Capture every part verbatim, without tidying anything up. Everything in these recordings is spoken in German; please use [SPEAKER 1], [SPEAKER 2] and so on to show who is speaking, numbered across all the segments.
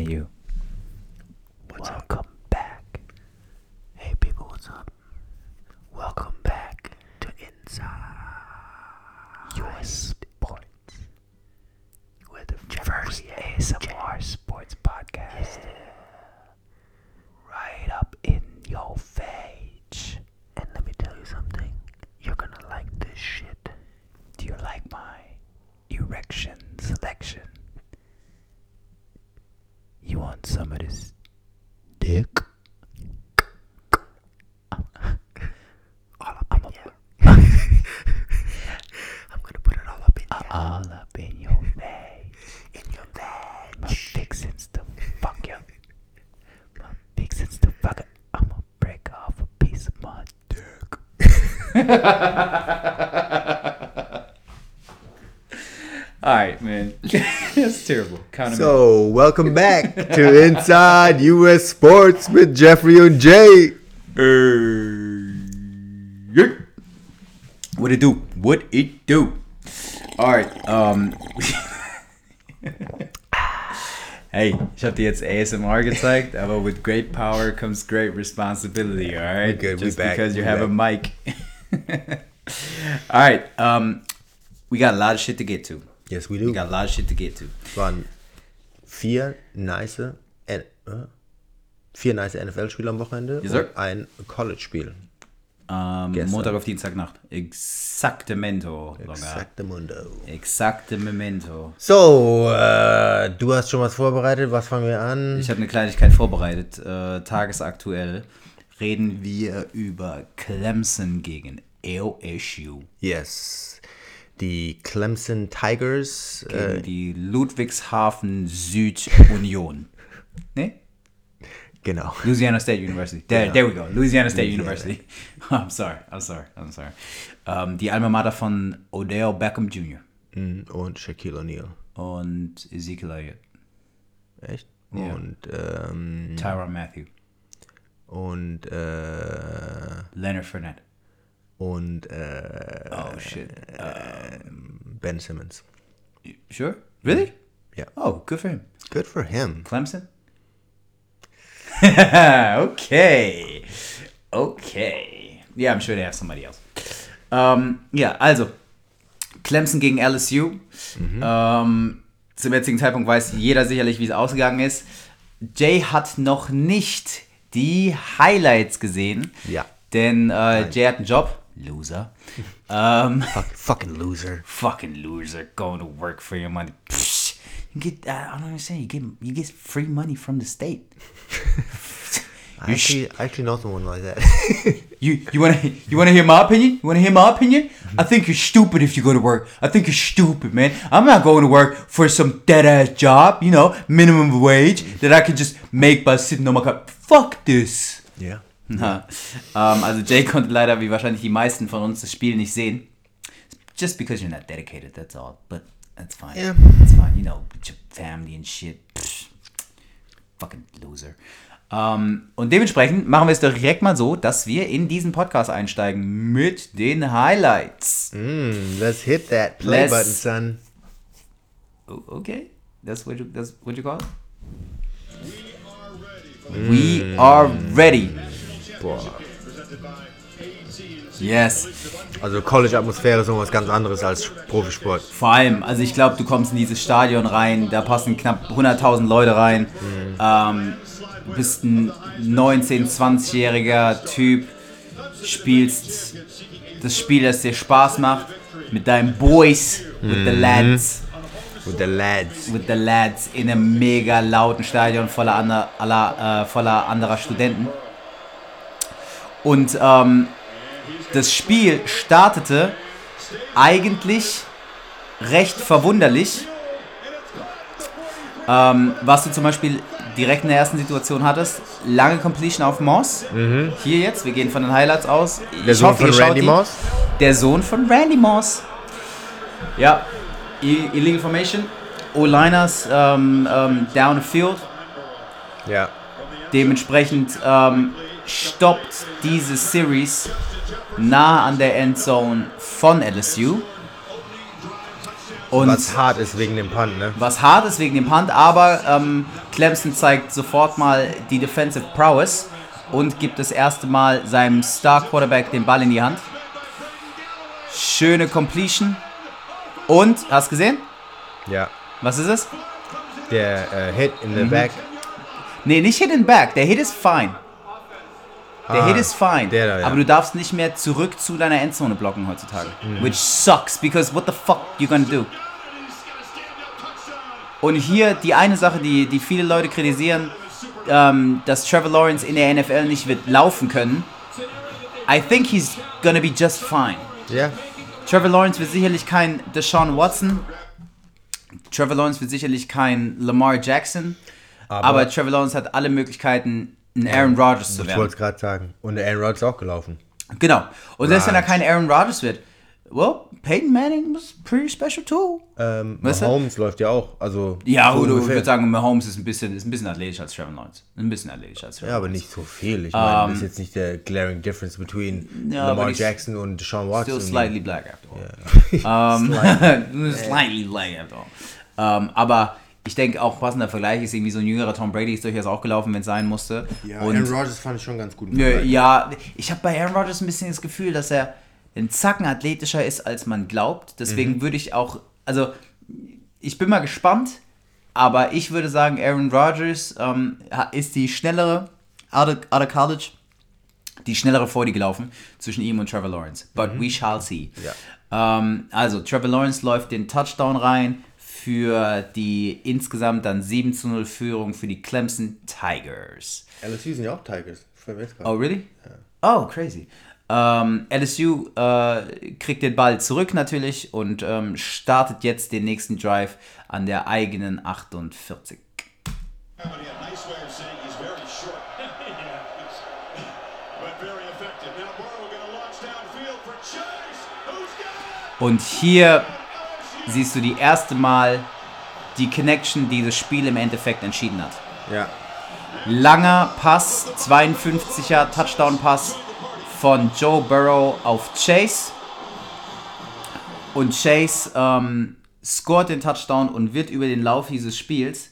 [SPEAKER 1] you.
[SPEAKER 2] What's
[SPEAKER 1] Welcome
[SPEAKER 2] up?
[SPEAKER 1] back.
[SPEAKER 2] Hey people, what's up? Welcome back to Inside
[SPEAKER 1] Your Sports.
[SPEAKER 2] with the
[SPEAKER 1] First A S M R Sports Podcast. Right up in your face.
[SPEAKER 2] And let me tell you something. You're gonna like this shit.
[SPEAKER 1] Do you like my erection selection? You want some of this dick?
[SPEAKER 2] All up in you. I'm gonna put it all up in you.
[SPEAKER 1] All up in your face.
[SPEAKER 2] In your veg.
[SPEAKER 1] My fixin's to fuck you. My fixin's to fuck it. I'ma break off a piece of my dick. Alright, man. That's terrible. Count 'em in.
[SPEAKER 3] So, welcome back to Inside U S Sports with Jeffrey and Jay.
[SPEAKER 1] What it do? What it do? Alright, um. Hey, ich habe dir jetzt A S M R gezeigt, aber with great power comes great responsibility, alright?
[SPEAKER 3] We're good,
[SPEAKER 1] Just
[SPEAKER 3] we back,
[SPEAKER 1] because you
[SPEAKER 3] we
[SPEAKER 1] have a mic. Alright, um, we got a lot of shit to get to.
[SPEAKER 3] Yes, we
[SPEAKER 1] We
[SPEAKER 3] do.
[SPEAKER 1] got a lot of shit to get to.
[SPEAKER 3] Es waren vier nice, N- äh, vier nice N F L-Spiele am Wochenende
[SPEAKER 1] Yes, sir.
[SPEAKER 3] und ein College-Spiel.
[SPEAKER 1] Ähm,
[SPEAKER 3] Gestern.
[SPEAKER 1] Montag auf Dienstagnacht. Exactemento. sogar.
[SPEAKER 3] Exactamundo.
[SPEAKER 1] Exactemento.
[SPEAKER 3] So, äh, du hast schon was vorbereitet. Was fangen wir an?
[SPEAKER 1] Ich habe eine Kleinigkeit vorbereitet. Äh, tagesaktuell reden wir über Clemson gegen L S U.
[SPEAKER 3] Yes. Die Clemson Tigers.
[SPEAKER 1] Gegen
[SPEAKER 3] Äh,
[SPEAKER 1] die Ludwigshafen Süd Union. Ne?
[SPEAKER 3] genau.
[SPEAKER 1] Louisiana State University. There, there we go. Louisiana State
[SPEAKER 3] Louisiana.
[SPEAKER 1] University. I'm sorry. I'm sorry. I'm sorry. Ähm, die Alma Mater von Odell Beckham Junior
[SPEAKER 3] Mm, Und Shaquille O'Neal.
[SPEAKER 1] und Ezekiel Elliott.
[SPEAKER 3] Echt?
[SPEAKER 1] Ja.
[SPEAKER 3] Und, ähm,
[SPEAKER 1] Tyrann Matthew.
[SPEAKER 3] und, äh,
[SPEAKER 1] Leonard Fournette.
[SPEAKER 3] und, äh,
[SPEAKER 1] Oh shit. Um,
[SPEAKER 3] Ben Simmons.
[SPEAKER 1] sure? Really?
[SPEAKER 3] Yeah.
[SPEAKER 1] Oh, good for him.
[SPEAKER 3] Good for him.
[SPEAKER 1] Clemson? Okay. Okay. Yeah, I'm sure they have somebody else. Ähm, ja, also. Clemson gegen L S U. Ähm, zum jetzigen Zeitpunkt weiß jeder sicherlich, wie es ausgegangen ist. Jay hat noch nicht die Highlights gesehen.
[SPEAKER 3] Ja.
[SPEAKER 1] Denn äh, Jay hat einen Job. Loser. ähm,
[SPEAKER 3] Fuck, fucking loser.
[SPEAKER 1] fucking loser going to work for your money. Psh, you get, uh, I don't understand. You get you get free money from the state.
[SPEAKER 3] I actually, I actually know someone like that.
[SPEAKER 1] You you wanna you wanna hear my opinion? You wanna hear my opinion? I think you're stupid if you go to work. I think you're stupid, man. I'm not going to work for some dead ass job, you know, minimum wage that I could just make by sitting on my car. Fuck this.
[SPEAKER 3] Ja.
[SPEAKER 1] Na, ähm, also Jay konnte leider, wie wahrscheinlich die meisten von uns, das Spiel nicht sehen. Just because you're not dedicated, that's all. But that's fine.
[SPEAKER 3] Yeah.
[SPEAKER 1] That's fine. You know, with your family and shit. Psh, fucking loser. Ähm, und dementsprechend machen wir es direkt mal so, dass wir in diesen Podcast einsteigen mit den Highlights.
[SPEAKER 3] Mm, let's hit that play
[SPEAKER 1] Let's-
[SPEAKER 3] button, son.
[SPEAKER 1] Oh, okay, that's what you that's what you call it. We are ready.
[SPEAKER 3] Boah.
[SPEAKER 1] Yes.
[SPEAKER 3] Also College-Atmosphäre ist irgendwas ganz anderes als Profisport.
[SPEAKER 1] Vor allem, also ich glaube, du kommst in dieses Stadion rein, da passen knapp hunderttausend Leute rein. Ähm, du bist ein neunzehn-, zwanzigjähriger Typ, spielst das Spiel, das dir Spaß macht, mit deinen Boys, with the lads,
[SPEAKER 3] With the lads.
[SPEAKER 1] with the lads in einem mega lauten Stadion voller, ander, aller, äh, voller anderer Studenten. Und ähm, das Spiel startete eigentlich recht verwunderlich, ähm, was du zum Beispiel direkt in der ersten Situation hattest. Lange Completion auf Moss. Hier jetzt, wir gehen von den Highlights aus.
[SPEAKER 3] Der
[SPEAKER 1] Ich
[SPEAKER 3] Sohn
[SPEAKER 1] hoffe,
[SPEAKER 3] von
[SPEAKER 1] ihr schaut
[SPEAKER 3] Randy
[SPEAKER 1] die.
[SPEAKER 3] Moss?
[SPEAKER 1] Der Sohn von Randy Moss. Ja, I- Illegal Formation. O-Liners ähm, ähm, down the field.
[SPEAKER 3] Ja.
[SPEAKER 1] Dementsprechend ähm, stoppt diese Series nah an der Endzone von L S U. Und
[SPEAKER 3] was hart ist wegen dem Punt, ne?
[SPEAKER 1] Was hart ist wegen dem Punt, aber ähm, Clemson zeigt sofort mal die Defensive Prowess und gibt das erste Mal seinem Star Quarterback den Ball in die Hand. Schöne Completion. Und, hast du gesehen?
[SPEAKER 3] Ja.
[SPEAKER 1] Was ist es?
[SPEAKER 3] Der äh, Hit in the
[SPEAKER 1] Mhm.
[SPEAKER 3] back.
[SPEAKER 1] Nee, nicht Hit in back. Der Hit ist fine. Der
[SPEAKER 3] Ah,
[SPEAKER 1] Hit ist fine.
[SPEAKER 3] der da, ja.
[SPEAKER 1] Aber du darfst nicht mehr zurück zu deiner Endzone blocken heutzutage. Which sucks, because what the fuck you gonna do? Und hier die eine Sache, die, die viele Leute kritisieren, ähm, dass Trevor Lawrence in der N F L nicht wird laufen können. I think he's gonna be just fine.
[SPEAKER 3] Ja.
[SPEAKER 1] Trevor Lawrence wird sicherlich kein Deshaun Watson. Trevor Lawrence wird sicherlich kein Lamar Jackson.
[SPEAKER 3] Aber,
[SPEAKER 1] Aber Trevor Lawrence hat alle Möglichkeiten, ein Aaron Rodgers zu
[SPEAKER 3] ich
[SPEAKER 1] werden.
[SPEAKER 3] wollte es gerade sagen. Und der Aaron Rodgers ist auch gelaufen.
[SPEAKER 1] Genau. Und selbst wenn er
[SPEAKER 3] Right.
[SPEAKER 1] kein Aaron Rodgers wird, well, Peyton Manning was pretty special too.
[SPEAKER 3] Ähm,
[SPEAKER 1] Weißt du?
[SPEAKER 3] Mahomes läuft ja auch. Also
[SPEAKER 1] Ja,
[SPEAKER 3] so
[SPEAKER 1] gut, ich
[SPEAKER 3] ungefähr.
[SPEAKER 1] würde sagen, Mahomes ist ein bisschen, ist ein bisschen athletischer als Trevor Lawrence. Ein bisschen athletischer als Trevor
[SPEAKER 3] Ja, aber
[SPEAKER 1] Lawrence.
[SPEAKER 3] nicht so viel. Ich meine, das ist jetzt nicht der glaring difference between
[SPEAKER 1] Ja, aber
[SPEAKER 3] Lamar
[SPEAKER 1] die-
[SPEAKER 3] Jackson und Deshaun Watson.
[SPEAKER 1] Still slightly black after all. Um, slightly black after all. Um, aber ich denke auch passender Vergleich ist irgendwie so ein jüngerer Tom Brady ist durchaus auch gelaufen, wenn es sein musste.
[SPEAKER 3] Ja,
[SPEAKER 1] Und
[SPEAKER 3] Aaron Rodgers fand ich schon ganz gut.
[SPEAKER 1] Nö, ja, ich habe bei Aaron Rodgers ein bisschen das Gefühl, dass er ein Zacken athletischer ist, als man glaubt. Deswegen würde ich auch, also ich bin mal gespannt, aber ich würde sagen, Aaron Rodgers ähm, ist die schnellere, out of, out of college, die schnellere Forty gelaufen zwischen ihm und Trevor Lawrence. But we shall see.
[SPEAKER 3] Ja.
[SPEAKER 1] Ähm, also Trevor Lawrence läuft den Touchdown rein für die insgesamt dann sieben zu null Führung für die Clemson Tigers.
[SPEAKER 3] L S U sind ja auch Tigers.
[SPEAKER 1] Oh, really? Oh, crazy. Ähm, L S U äh, kriegt den Ball zurück natürlich und ähm, startet jetzt den nächsten Drive an der eigenen achtundvierzig. Und hier siehst du die erste Mal die Connection, die das Spiel im Endeffekt entschieden hat.
[SPEAKER 3] Ja.
[SPEAKER 1] Langer Pass, zweiundfünfziger Touchdown-Pass von Joe Burrow auf Chase. Und Chase ähm, scoret den Touchdown und wird über den Lauf dieses Spiels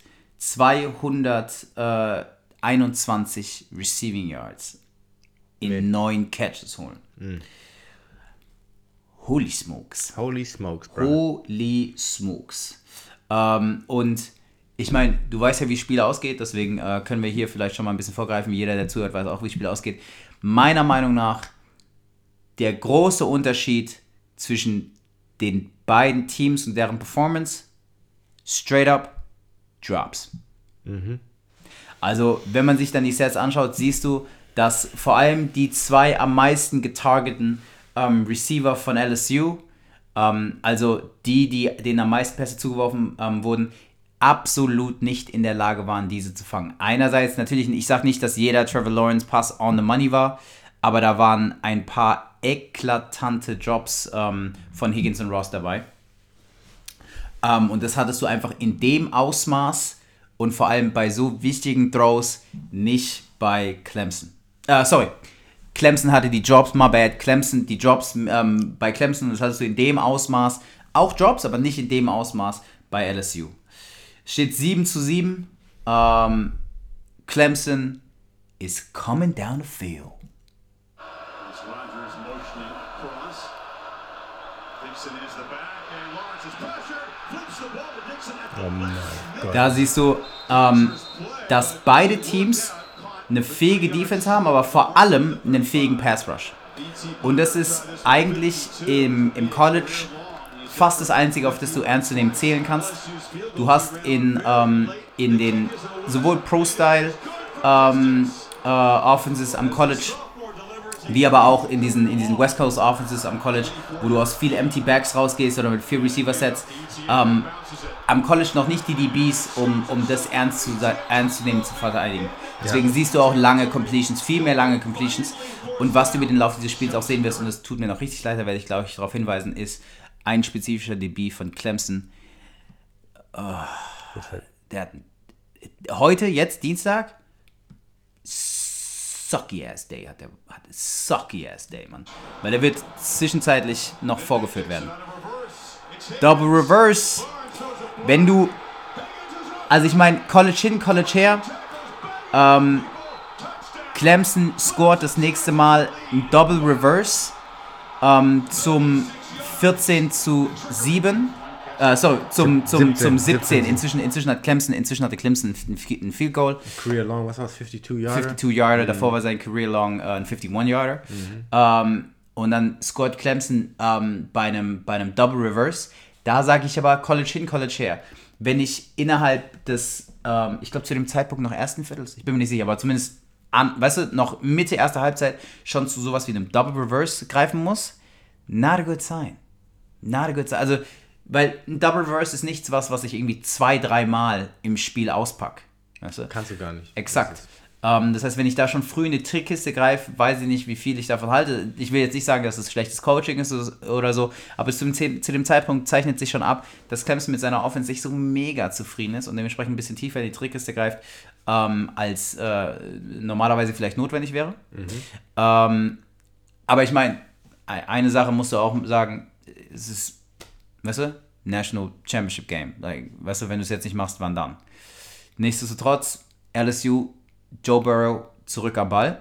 [SPEAKER 1] zweihunderteinundzwanzig Receiving Yards in
[SPEAKER 3] Nee.
[SPEAKER 1] neun Catches holen. Holy smokes.
[SPEAKER 3] Holy smokes, bro.
[SPEAKER 1] Holy smokes. Ähm, und ich meine, du weißt ja, wie Spiele ausgeht, deswegen äh, können wir hier vielleicht schon mal ein bisschen vorgreifen. Jeder, der zuhört, weiß auch, wie Spiele ausgeht. Meiner Meinung nach der große Unterschied zwischen den beiden Teams und deren Performance, straight up Drops. Also, wenn man sich dann die Sets anschaut, siehst du, dass vor allem die zwei am meisten getargeten ähm, Receiver von L S U, ähm, also die, die denen am meisten Pässe zugeworfen ähm, wurden, absolut nicht in der Lage waren, diese zu fangen. Einerseits natürlich, ich sage nicht, dass jeder Trevor Lawrence Pass on the money war, aber da waren ein paar eklatante Drops ähm, von Higgins und Ross dabei. Ähm, und das hattest du einfach in dem Ausmaß und vor allem bei so wichtigen Throws nicht bei Clemson. Äh, sorry, Clemson hatte die Drops, my bad, Clemson, die Drops ähm, bei Clemson, das hattest du in dem Ausmaß, auch Drops, aber nicht in dem Ausmaß bei L S U. Steht sieben zu sieben. Ähm, Clemson is coming down the field.
[SPEAKER 3] Oh mein Gott.
[SPEAKER 1] Da siehst du, ähm, dass beide Teams eine fähige Defense haben, aber vor allem einen fähigen Pass Rush. Und das ist eigentlich im, im College fast das Einzige, auf das du ernst zu nehmen zählen kannst. Du hast in, ähm, in den sowohl Pro-Style ähm, äh, Offenses am College, wie aber auch in diesen, in diesen West Coast Offenses am College, wo du aus viel Empty Backs rausgehst oder mit vier Receiver-Sets, ähm, am College noch nicht die D Bs, um, um das ernst zu, ernst zu nehmen, zu verteidigen. Deswegen
[SPEAKER 3] Ja.
[SPEAKER 1] siehst du auch lange Completions, viel mehr lange Completions. Und was du mit dem Lauf dieses Spiels auch sehen wirst, und das tut mir noch richtig leid, da werde ich, glaube ich, darauf hinweisen, ist ein spezifischer D B von Clemson. Oh, der hat heute, jetzt Dienstag, sucky ass day hat der, hat sucky ass day, Mann. Weil er wird zwischenzeitlich noch vorgeführt werden. Double Reverse. Wenn du, also ich meine, College hin, College her, ähm, Clemson scored das nächste Mal ein Double Reverse ähm, zum vierzehn zu sieben. Äh, sorry, zum, zum,
[SPEAKER 3] siebzehn,
[SPEAKER 1] zum siebzehn.
[SPEAKER 3] siebzehn.
[SPEAKER 1] Inzwischen, inzwischen hat Clemson, inzwischen hatte Clemson ein Field Goal.
[SPEAKER 3] Career long, was war es? fifty-two Yarder?
[SPEAKER 1] fifty-two Yarder, mhm. Davor war sein Career long äh, ein fifty-one Yarder. Mhm. Ähm, und dann scored Clemson ähm, bei, einem, bei einem Double Reverse. Da sage ich aber College hin, College her. Wenn ich innerhalb des, ähm, ich glaube zu dem Zeitpunkt noch ersten Viertels, ich bin mir nicht sicher, aber zumindest, an, weißt du, noch Mitte erster Halbzeit schon zu sowas wie einem Double Reverse greifen muss, not a good sign. Not a good sign. Also, weil ein Double Reverse ist nichts, was, was ich irgendwie zwei, dreimal im Spiel auspacke. Weißt du?
[SPEAKER 3] Kannst du gar nicht.
[SPEAKER 1] Exakt. Ähm, das heißt, wenn ich da schon früh in die Trickkiste greife, weiß ich nicht, wie viel ich davon halte. Ich will jetzt nicht sagen, dass es schlechtes Coaching ist oder so, aber zu dem, zu dem Zeitpunkt zeichnet sich schon ab, dass Clemson mit seiner Offense nicht so mega zufrieden ist und dementsprechend ein bisschen tiefer in die Trickkiste greift, ähm, als äh, normalerweise vielleicht notwendig wäre. Mhm. Ähm, aber ich meine, eine Sache musst du auch sagen, es ist, weißt du, National Championship Game. Like, weißt du, wenn du es jetzt nicht machst, wann dann? Nichtsdestotrotz, L S U, Joe Burrow zurück am Ball.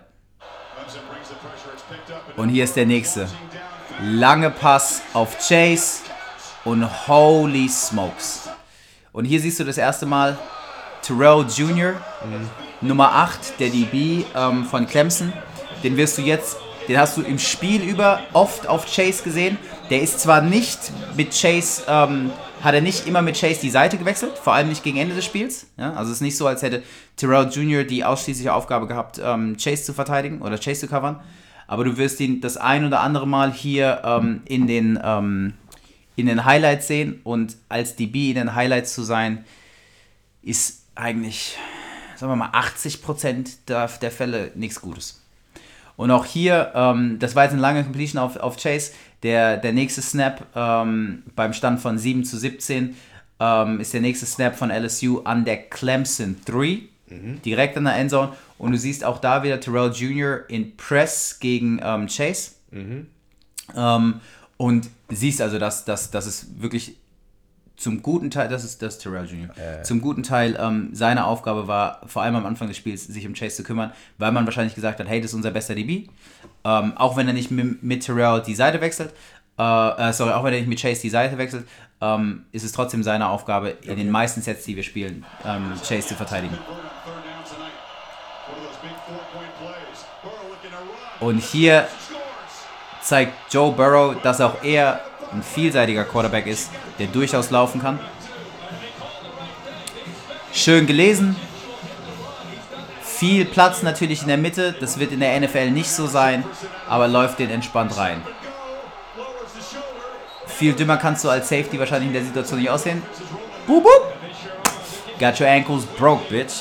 [SPEAKER 1] Und hier ist der nächste. Lange Pass auf Chase und holy smokes. Und hier siehst du das erste Mal Terrell Junior, mhm. Nummer acht, der D B ähm, von Clemson. Den wirst du jetzt, den hast du im Spiel über oft auf Chase gesehen. Der ist zwar nicht mit Chase, ähm, hat er nicht immer mit Chase die Seite gewechselt, vor allem nicht gegen Ende des Spiels. Ja? Also es ist nicht so, als hätte Terrell Junior die ausschließliche Aufgabe gehabt, ähm, Chase zu verteidigen oder Chase zu covern. Aber du wirst ihn das ein oder andere Mal hier ähm, in, den, ähm, in den Highlights sehen. Und als D B in den Highlights zu sein, ist eigentlich, sagen wir mal, achtzig Prozent der, der Fälle nichts Gutes. Und auch hier, ähm, das war jetzt eine lange Completion auf, auf Chase. Der, der nächste Snap ähm, beim Stand von sieben zu siebzehn ähm, ist der nächste Snap von L S U an der Clemson drei, mhm. direkt an der Endzone. Und du siehst auch da wieder Terrell Junior in Press gegen ähm, Chase. Mhm. Ähm, und siehst also, dass, dass, dass es wirklich zum guten Teil, das ist das Terrell Junior, äh. zum guten Teil ähm, seine Aufgabe war, vor allem am Anfang des Spiels, sich um Chase zu kümmern, weil man wahrscheinlich gesagt hat, hey, das ist unser bester D B. Ähm, auch wenn er nicht mit, mit Terrell die Seite wechselt, äh, äh, sorry, auch wenn er nicht mit Chase die Seite wechselt, ähm, ist es trotzdem seine Aufgabe, in okay. den meisten Sets, die wir spielen, ähm, Chase zu verteidigen. Und hier zeigt Joe Burrow, dass auch er ein vielseitiger Quarterback ist, der durchaus laufen kann. Schön gelesen. Viel Platz natürlich in der Mitte. Das wird in der N F L nicht so sein, aber läuft den entspannt rein. Viel dümmer kannst du als Safety wahrscheinlich in der Situation nicht aussehen. Boop, boop. Got your ankles broke, bitch.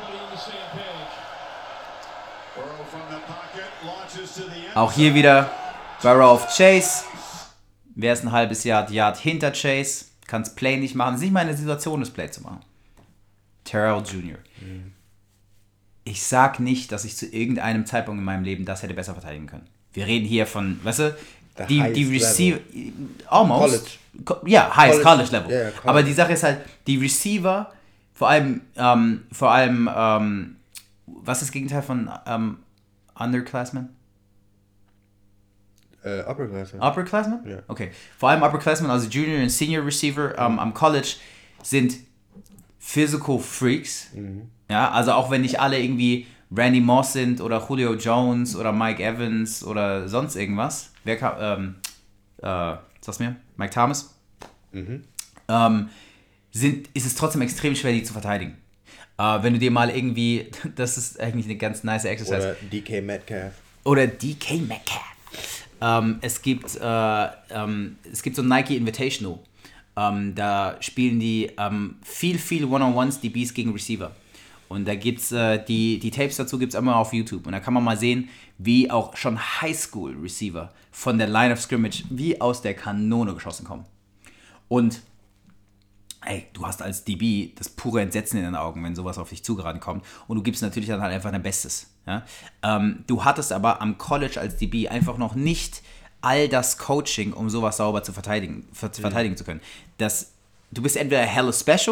[SPEAKER 1] Auch hier wieder Burrow auf Chase. Wer ist ein halbes Yard, Yard hinter Chase? Kann das Play nicht machen. Es ist nicht mal eine Situation, das Play zu machen. Terrell Junior Mhm. Ich sag nicht, dass ich zu irgendeinem Zeitpunkt in meinem Leben das hätte besser verteidigen können. Wir reden hier von, weißt du, The die, die Receiver, almost, College. Ja, highest College, College Level. Yeah, college. Aber die Sache ist halt, die Receiver, vor allem, ähm, vor allem, ähm, was ist das Gegenteil von ähm, Underclassmen?
[SPEAKER 3] Uh, Upperclassmen.
[SPEAKER 1] Upperclassmen?
[SPEAKER 3] Ja.
[SPEAKER 1] Okay. Vor allem Upperclassmen, also Junior und Senior Receiver ähm, am College sind Physical Freaks. Mhm. Ja, also auch wenn nicht alle irgendwie Randy Moss sind oder Julio Jones oder Mike Evans oder sonst irgendwas. Wer kam, ähm, äh, sag's mir? Mike Thomas? Mhm. Ähm, sind, ist es trotzdem extrem schwer, die zu verteidigen. Äh, wenn du dir mal irgendwie, das ist eigentlich eine ganz nice Exercise.
[SPEAKER 3] Oder D K Metcalf.
[SPEAKER 1] Oder D K Metcalf. Ähm, es gibt äh, ähm, es gibt so ein Nike Invitational. Ähm, da spielen die ähm, viel, viel One-on-Ones, D Bs gegen Receiver. Und da gibt's äh, die, die Tapes dazu gibt es immer auf YouTube. Und da kann man mal sehen, wie auch schon Highschool-Receiver von der Line of Scrimmage wie aus der Kanone geschossen kommen. Und ey, du hast als D B das pure Entsetzen in den Augen, wenn sowas auf dich zugeraten kommt. Und du gibst natürlich dann halt einfach dein Bestes. Ja? Ähm, du hattest aber am College als D B einfach noch nicht all das Coaching, um sowas sauber zu verteidigen, ver- verteidigen zu können. Das, du bist entweder hella special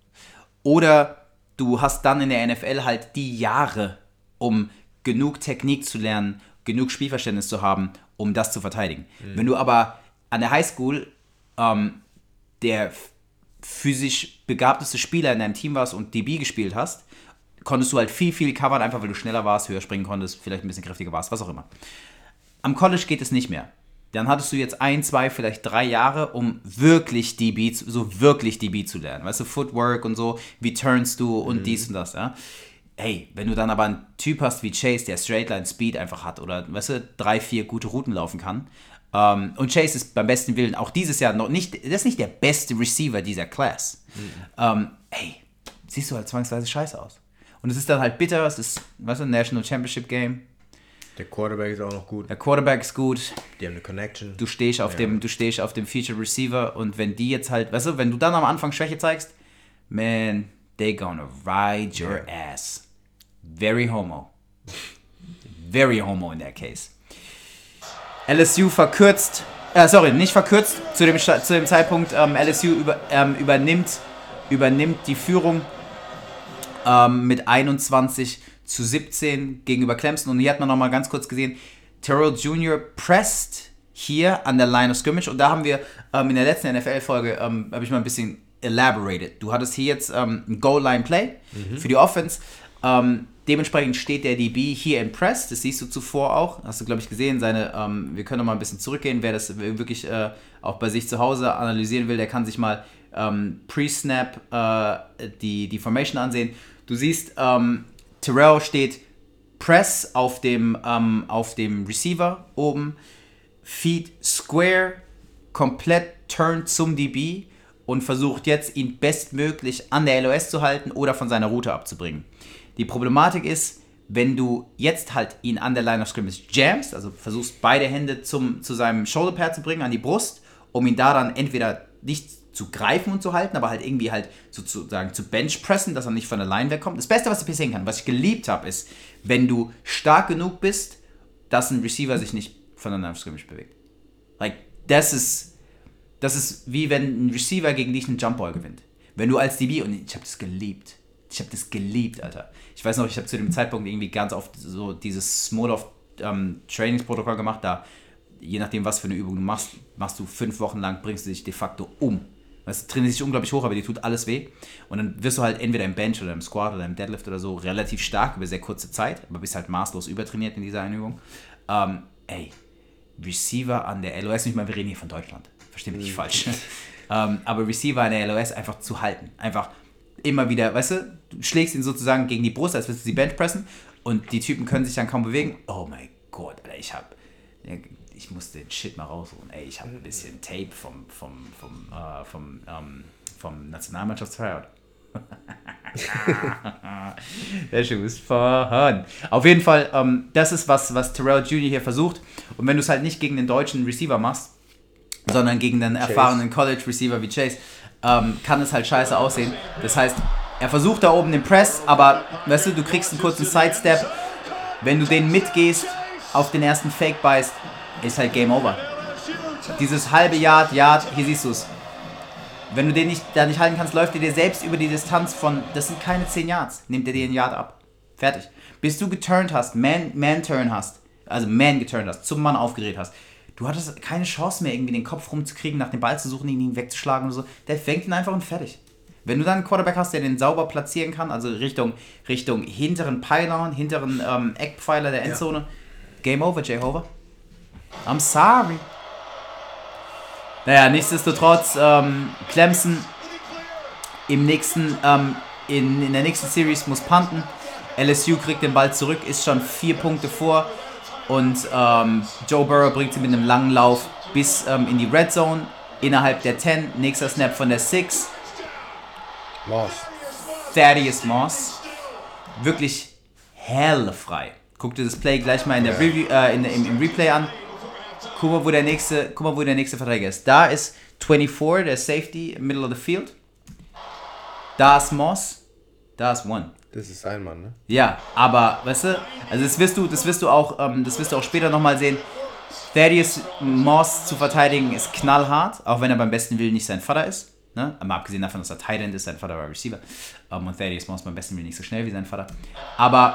[SPEAKER 1] oder du hast dann in der N F L halt die Jahre, um genug Technik zu lernen, genug Spielverständnis zu haben, um das zu verteidigen. Mhm. Wenn du aber an der Highschool ähm, der physisch begabteste Spieler in deinem Team warst und D B gespielt hast, konntest du halt viel, viel covern, einfach weil du schneller warst, höher springen konntest, vielleicht ein bisschen kräftiger warst, was auch immer. Am College geht es nicht mehr. Dann hattest du jetzt ein, zwei, vielleicht drei Jahre, um wirklich D B, zu, so wirklich D B zu lernen. Weißt du, Footwork und so, wie turnst du und mhm. dies und das, ja. Hey, wenn du dann aber einen Typ hast wie Chase, der Straightline Speed einfach hat oder, weißt du, drei, vier gute Routen laufen kann, um, und Chase ist beim besten Willen auch dieses Jahr noch nicht, das ist nicht der beste Receiver dieser Class. Mhm. Um, hey, siehst du halt zwangsweise scheiße aus. Und es ist dann halt bitter, es ist, weißt du, ein National Championship Game.
[SPEAKER 3] Der Quarterback ist auch noch gut.
[SPEAKER 1] Der Quarterback ist gut.
[SPEAKER 3] Die haben eine Connection.
[SPEAKER 1] Du stehst auf, ja. dem, du stehst auf dem Featured Receiver und wenn die jetzt halt, weißt du, wenn du dann am Anfang Schwäche zeigst, man, they gonna ride your yeah. ass. Very homo. Very homo in that case. L S U verkürzt, äh, sorry, nicht verkürzt, zu dem, zu dem Zeitpunkt, ähm, L S U über, ähm, übernimmt, übernimmt die Führung ähm, mit einundzwanzig zu siebzehn gegenüber Clemson. Und hier hat man nochmal ganz kurz gesehen, Terrell Junior pressed hier an der Line of Scrimmage. Und da haben wir ähm, in der letzten N F L-Folge, ähm, habe ich mal ein bisschen elaborated. Du hattest hier jetzt ähm, ein Goal-Line-Play mhm. für die Offense. Ähm, dementsprechend steht der D B hier im Press. Das siehst du zuvor auch. Hast du, glaube ich, gesehen. Seine, ähm, wir können noch mal ein bisschen zurückgehen. Wer das wirklich äh, auch bei sich zu Hause analysieren will, der kann sich mal ähm, Pre-Snap äh, die, die Formation ansehen. Du siehst, ähm, Terrell steht Press auf dem, ähm, auf dem Receiver oben. Feet square, komplett turned zum D B und versucht jetzt, ihn bestmöglich an der L O S zu halten oder von seiner Route abzubringen. Die Problematik ist, wenn du jetzt halt ihn an der Line of Scrimmage jamst, also versuchst beide Hände zum, zu seinem Shoulderpad zu bringen, an die Brust, um ihn da dann entweder nicht zu greifen und zu halten, aber halt irgendwie halt sozusagen zu benchpressen, dass er nicht von der Line wegkommt. Das Beste, was dir passieren kann, was ich geliebt habe, ist, wenn du stark genug bist, dass ein Receiver sich nicht von der Line of Scrimmage bewegt. Like, das ist, das ist wie wenn ein Receiver gegen dich einen Jumpball gewinnt. Wenn du als D B, und ich habe das geliebt, ich habe das geliebt, Alter. Ich weiß noch, ich habe zu dem Zeitpunkt irgendwie ganz oft so dieses Small-Off-Trainingsprotokoll ähm, gemacht, da je nachdem, was für eine Übung du machst, machst du fünf Wochen lang, bringst du dich de facto um. Weißt du, trainierst dich unglaublich hoch, aber dir tut alles weh. Und dann wirst du halt entweder im Bench oder im Squat oder im Deadlift oder so relativ stark über sehr kurze Zeit, aber bist halt maßlos übertrainiert in dieser Einübung. Ähm, ey, Receiver an der L O S, nicht mal, wir reden hier von Deutschland, versteh mich nicht falsch. ähm, aber Receiver an der L O S einfach zu halten, einfach immer wieder, weißt du, du schlägst ihn sozusagen gegen die Brust, als würdest du sie benchpressen und die Typen können sich dann kaum bewegen. Oh mein Gott, Alter, ich hab, ich musste den Shit mal rausholen. Ey, ich habe ein bisschen Tape vom, vom, vom, äh, vom, ähm, vom Nationalmannschaftsfeier. Der Schuh ist vorhanden. Auf jeden Fall, ähm, das ist was, was Terrell Junior hier versucht. Und wenn du es halt nicht gegen den deutschen Receiver machst, sondern gegen den erfahrenen College Receiver wie Chase, ähm, kann es halt scheiße aussehen. Das heißt, er versucht da oben den Press, aber weißt du, du kriegst einen kurzen Sidestep. Wenn du den mitgehst, auf den ersten Fake beißt, ist halt Game Over. Dieses halbe Yard, Yard, hier siehst du es. Wenn du den nicht, da nicht halten kannst, läuft er dir selbst über die Distanz von, das sind keine zehn Yards, nimmt er dir einen Yard ab. Fertig. Bis du geturnt hast, Man, Man-Turn hast, also Man geturnt hast, zum Mann aufgedreht hast, du hattest keine Chance mehr, irgendwie den Kopf rumzukriegen, nach dem Ball zu suchen, ihn wegzuschlagen oder so. Der fängt ihn einfach und fertig. Wenn du dann einen Quarterback hast, der den sauber platzieren kann, also Richtung, Richtung hinteren Pylon, hinteren ähm, Eckpfeiler der Endzone, ja. Game over, Jehovah. I'm sorry. Naja, nichtsdestotrotz, ähm, Clemson im nächsten, ähm, in, in der nächsten Series muss punten. L S U kriegt den Ball zurück, ist schon vier Punkte vor. Und ähm, Joe Burrow bringt sie mit einem langen Lauf bis ähm, in die Red Zone. Innerhalb der zehn, nächster Snap von der sechs.
[SPEAKER 3] Moss.
[SPEAKER 1] Thaddeus Moss. Wirklich helle frei. Guck dir das Play gleich mal in der Review, äh, in, im, im Replay an. Guck mal, wo der nächste, guck mal, wo der nächste Verteidiger ist. Da ist vierundzwanzig, der Safety, middle of the field. Da ist Moss. Da ist One.
[SPEAKER 3] Das ist ein Mann, ne?
[SPEAKER 1] Ja, aber, weißt du, also das wirst du, das wirst du auch, ähm, das wirst du auch später nochmal sehen. Thaddeus Moss zu verteidigen ist knallhart, auch wenn er beim besten Willen nicht sein Vater ist. Ne? Aber abgesehen davon, dass er Tight End ist, sein Vater war Receiver. Um, und Thaddeus Moss beim besten Willen nicht so schnell wie sein Vater. Aber,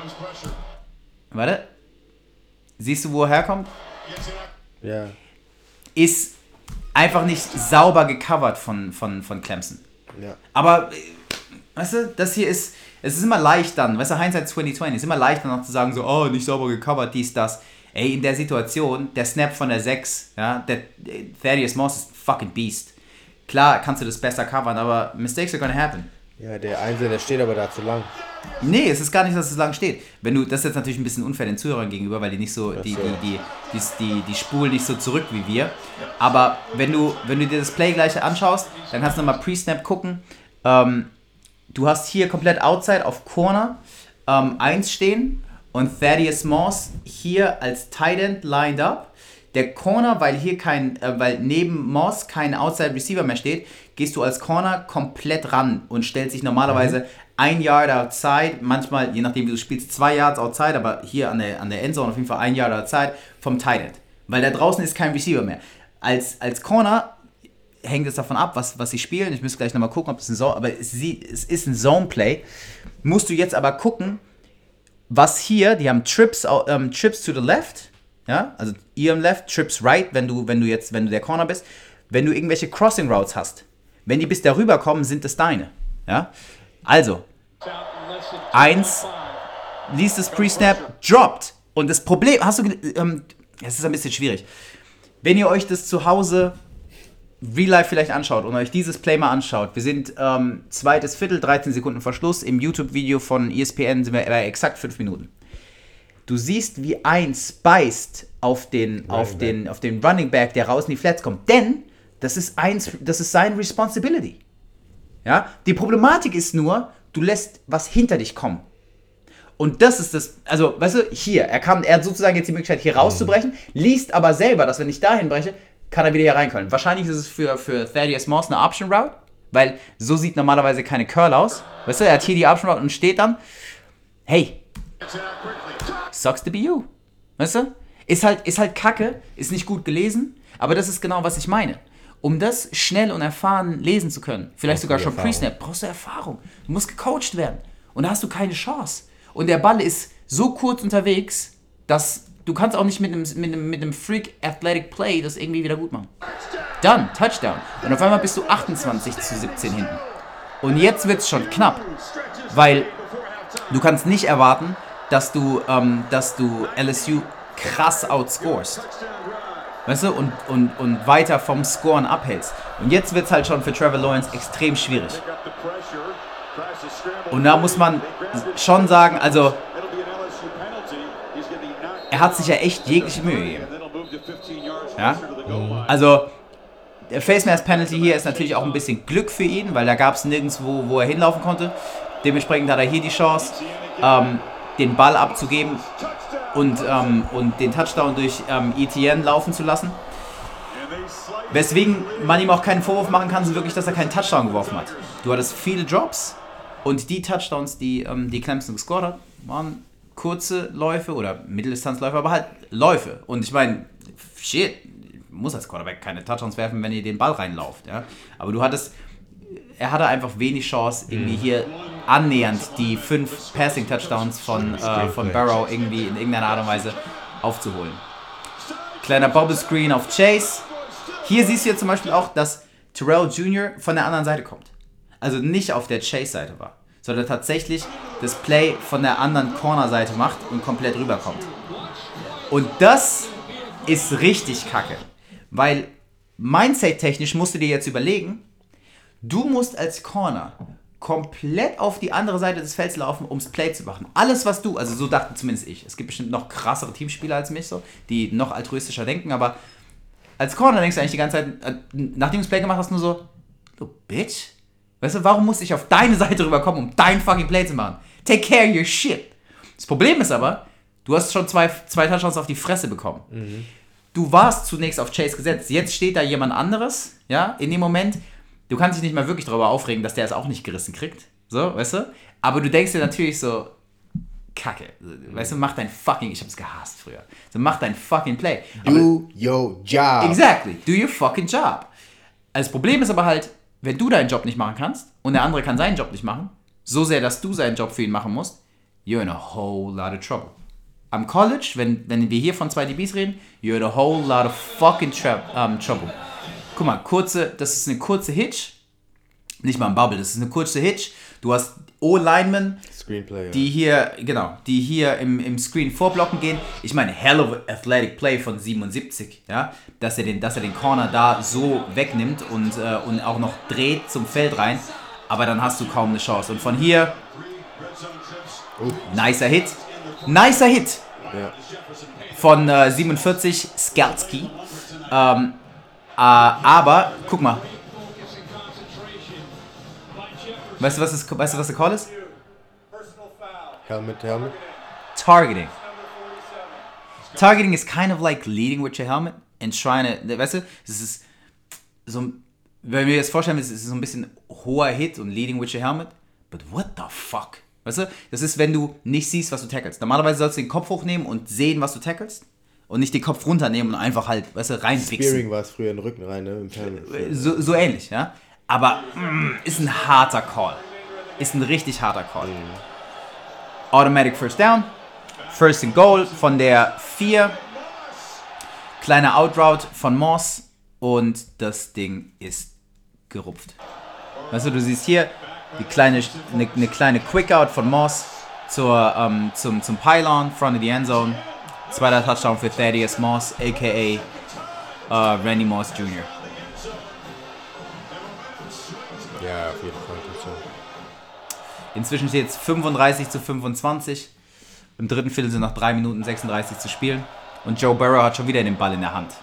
[SPEAKER 1] warte, siehst du, wo er herkommt?
[SPEAKER 3] Ja.
[SPEAKER 1] Ist einfach nicht sauber gecovert von, von, von Clemson.
[SPEAKER 3] Ja.
[SPEAKER 1] Aber, weißt du, das hier ist, es ist immer leicht dann, weißt du, Hindsight zwanzig zwanzig, es ist immer leicht dann noch zu sagen, so, oh, nicht sauber gecovert, dies, das. Ey, in der Situation, der Snap von der sechs, ja, der Thaddeus Moss ist fucking Beast. Klar kannst du das besser covern, aber Mistakes are gonna happen.
[SPEAKER 3] Ja, der Einser, der steht aber da zu lang.
[SPEAKER 1] Nee, es ist gar nicht, dass es lang steht. Wenn du, das ist jetzt natürlich ein bisschen unfair den Zuhörern gegenüber, weil die nicht so, die,
[SPEAKER 3] so.
[SPEAKER 1] die, die, die, die, die spulen nicht so zurück wie wir. Aber wenn du, wenn du dir das Play gleich anschaust, dann kannst du nochmal Pre-Snap gucken. Ähm, du hast hier komplett Outside auf Corner ähm, eins stehen und Thaddeus Moss hier als Tight End lined up. Der Corner, weil hier kein, äh, weil neben Moss kein Outside Receiver mehr steht, gehst du als Corner komplett ran und stellst dich normalerweise mhm. ein Yard outside, manchmal, je nachdem wie du spielst, zwei Yards outside, aber hier an der, an der Endzone auf jeden Fall ein Yard outside vom Tight End. Weil da draußen ist kein Receiver mehr. Als, als Corner hängt es davon ab, was, was sie spielen. Ich müsste gleich nochmal gucken, ob es ein Zone, aber es, es ist ein Zone-Play. Musst du jetzt aber gucken, was hier, die haben Trips, ähm, Trips to the left, ja, also ihrem left, Trips right, wenn du, wenn du jetzt, wenn du der Corner bist, wenn du irgendwelche Crossing Routes hast, wenn die bis darüber kommen, sind das deine, ja. Also, eins, liest das Pre-Snap, droppt. Und das Problem, hast du, ähm, es ist ein bisschen schwierig. Wenn ihr euch das zu Hause Real Life vielleicht anschaut und euch dieses Play mal anschaut, wir sind ähm, zweites Viertel, dreizehn Sekunden Verschluss, im YouTube-Video von E S P N sind wir bei exakt fünf Minuten. Du siehst, wie eins beißt auf den, auf den, auf den Running Back, der raus in die Flats kommt. Denn das ist eins, das ist sein Responsibility. Ja? Die Problematik ist nur, du lässt was hinter dich kommen. Und das ist das, also, weißt du, hier, er kam, er hat sozusagen jetzt die Möglichkeit, hier rauszubrechen, liest aber selber, dass wenn ich dahin breche, kann er wieder hier reinkommen. Wahrscheinlich ist es für, für Thaddeus Moss eine Option Route, weil so sieht normalerweise keine Curl aus. Weißt du, er hat hier die Option Route und steht dann, hey, sucks to be you. Weißt du? Ist halt, ist halt kacke, ist nicht gut gelesen, aber das ist genau, was ich meine. Um das schnell und erfahren lesen zu können, vielleicht sogar schon Pre-Snap, brauchst du Erfahrung. Du musst gecoacht werden. Und da hast du keine Chance. Und der Ball ist so kurz unterwegs, dass du kannst auch nicht mit einem, mit einem, mit einem Freak Athletic Play das irgendwie wieder gut machen. Dann, Touchdown. Und auf einmal bist du achtundzwanzig zu siebzehn hinten. Und jetzt wird es schon knapp, weil du kannst nicht erwarten, dass du, ähm, dass du L S U krass outscorest. Weißt du? Und, und, und weiter vom Scoren abhältst. Und jetzt wird es halt schon für Trevor Lawrence extrem schwierig. Und da muss man schon sagen, also er hat sich ja echt jegliche Mühe gegeben. Ja? Also der Face Mask Penalty hier ist natürlich auch ein bisschen Glück für ihn, weil da gab es nirgendwo, wo er hinlaufen konnte. Dementsprechend hat er hier die Chance, ähm, den Ball abzugeben und, ähm, und den Touchdown durch ähm, E T N laufen zu lassen. Weswegen man ihm auch keinen Vorwurf machen kann, so wirklich, dass er keinen Touchdown geworfen hat. Du hattest viele Drops und die Touchdowns, die, ähm, die Clemson gescored hat, waren kurze Läufe oder Mitteldistanzläufe, aber halt Läufe. Und ich meine, shit, muss als Quarterback keine Touchdowns werfen, wenn ihr den Ball reinlauft. Ja? Aber du hattest, er hatte einfach wenig Chance, irgendwie hier annähernd die fünf Passing-Touchdowns von, äh, von Burrow irgendwie in irgendeiner Art und Weise aufzuholen. Kleiner Bobble-Screen auf Chase. Hier siehst du jetzt zum Beispiel auch, dass Terrell Junior von der anderen Seite kommt. Also nicht auf der Chase-Seite war, sondern tatsächlich das Play von der anderen Corner-Seite macht und komplett rüberkommt. Und das ist richtig kacke. Weil Mindset-technisch musst du dir jetzt überlegen, du musst als Corner komplett auf die andere Seite des Felds laufen, ums Play zu machen. Alles, was du, also so dachte zumindest ich, es gibt bestimmt noch krassere Teamspieler als mich, so, die noch altruistischer denken, aber als Corner denkst du eigentlich die ganze Zeit, nachdem du das Play gemacht hast, nur so, du Bitch, weißt du, warum musst ich auf deine Seite rüberkommen, um dein fucking Play zu machen? Take care of your shit. Das Problem ist aber, du hast schon zwei, zwei Touchdowns auf die Fresse bekommen. Mhm. Du warst zunächst auf Chase gesetzt, jetzt steht da jemand anderes, ja, in dem Moment. Du kannst dich nicht mal wirklich darüber aufregen, dass der es auch nicht gerissen kriegt. So, weißt du? Aber du denkst dir natürlich so, kacke. Weißt du, mach dein fucking, ich hab's gehasst früher. So, mach dein fucking Play.
[SPEAKER 3] Do your job.
[SPEAKER 1] Exactly. Do your fucking job. Das Problem ist aber halt, wenn du deinen Job nicht machen kannst und der andere kann seinen Job nicht machen, so sehr, dass du seinen Job für ihn machen musst, you're in a whole lot of trouble. Am College, wenn, wenn wir hier von zwei D Bs reden, you're in a whole lot of fucking tra- um, trouble. Guck mal, kurze, das ist eine kurze Hitch. Nicht mal ein Bubble, das ist eine kurze Hitch. Du hast O-Linemen,
[SPEAKER 3] Screenplay,
[SPEAKER 1] die hier, genau, die hier im, im Screen vorblocken gehen. Ich meine, hell of a athletic play von siebenundsiebzig, ja, dass er den, dass er den Corner da so wegnimmt und, äh, und auch noch dreht zum Feld rein. Aber dann hast du kaum eine Chance. Und von hier,
[SPEAKER 3] uh.
[SPEAKER 1] nicer Hit, nicer Hit
[SPEAKER 3] Ja.
[SPEAKER 1] von äh, siebenundvierzig, Skalski. Ähm, äh, aber, guck mal. Weißt du, was, ist, weißt du, was der Call ist?
[SPEAKER 3] Helmet, Helmet.
[SPEAKER 1] Targeting. Targeting is kind of like leading with your helmet and trying to, weißt du, es ist so, wenn wir jetzt vorstellen, es ist so ein bisschen hoher Hit und leading with your helmet, but what the fuck? Weißt du, das ist, wenn du nicht siehst, was du tackelst. Normalerweise sollst du den Kopf hochnehmen und sehen, was du tackelst und nicht den Kopf runternehmen und einfach halt, weißt du, reinwichsen.
[SPEAKER 3] Spearing war es früher in den Rücken rein, ne? Im Helmet.
[SPEAKER 1] So, so ähnlich, ja. Aber mm, ist ein harter Call. Ist ein richtig harter Call. Automatic First Down. First and Goal von der vier. Kleiner Outroute von Moss. Und das Ding ist gerupft. Weißt du, du siehst hier die kleine, eine, eine kleine Quick-Out von Moss zur, um, zum, zum Pylon, front of the end zone. Zweiter Touchdown für Thaddeus Moss, a k a. Uh, Randy Moss Junior
[SPEAKER 3] Ja, auf jeden Fall.
[SPEAKER 1] Inzwischen steht es fünfunddreißig zu fünfundzwanzig. Im dritten Viertel sind noch drei Minuten sechsunddreißig zu spielen. Und Joe Burrow hat schon wieder den Ball in der Hand.